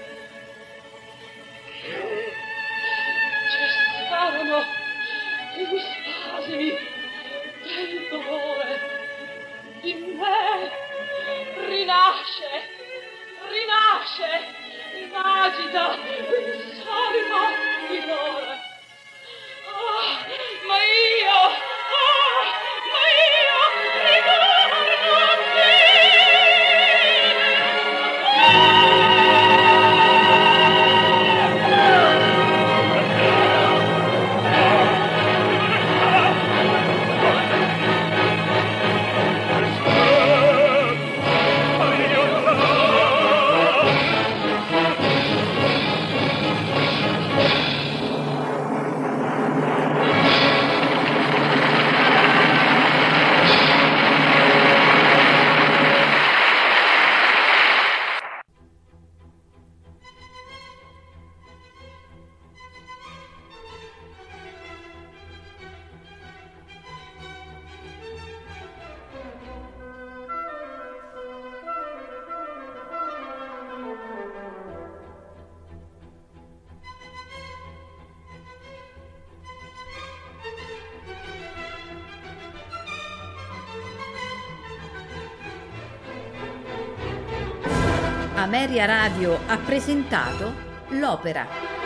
Cessarono gli spasimi del dolore. In me rinasce, agita il solito timore. Ma io ritorno qui. Ameria Radio ha presentato l'opera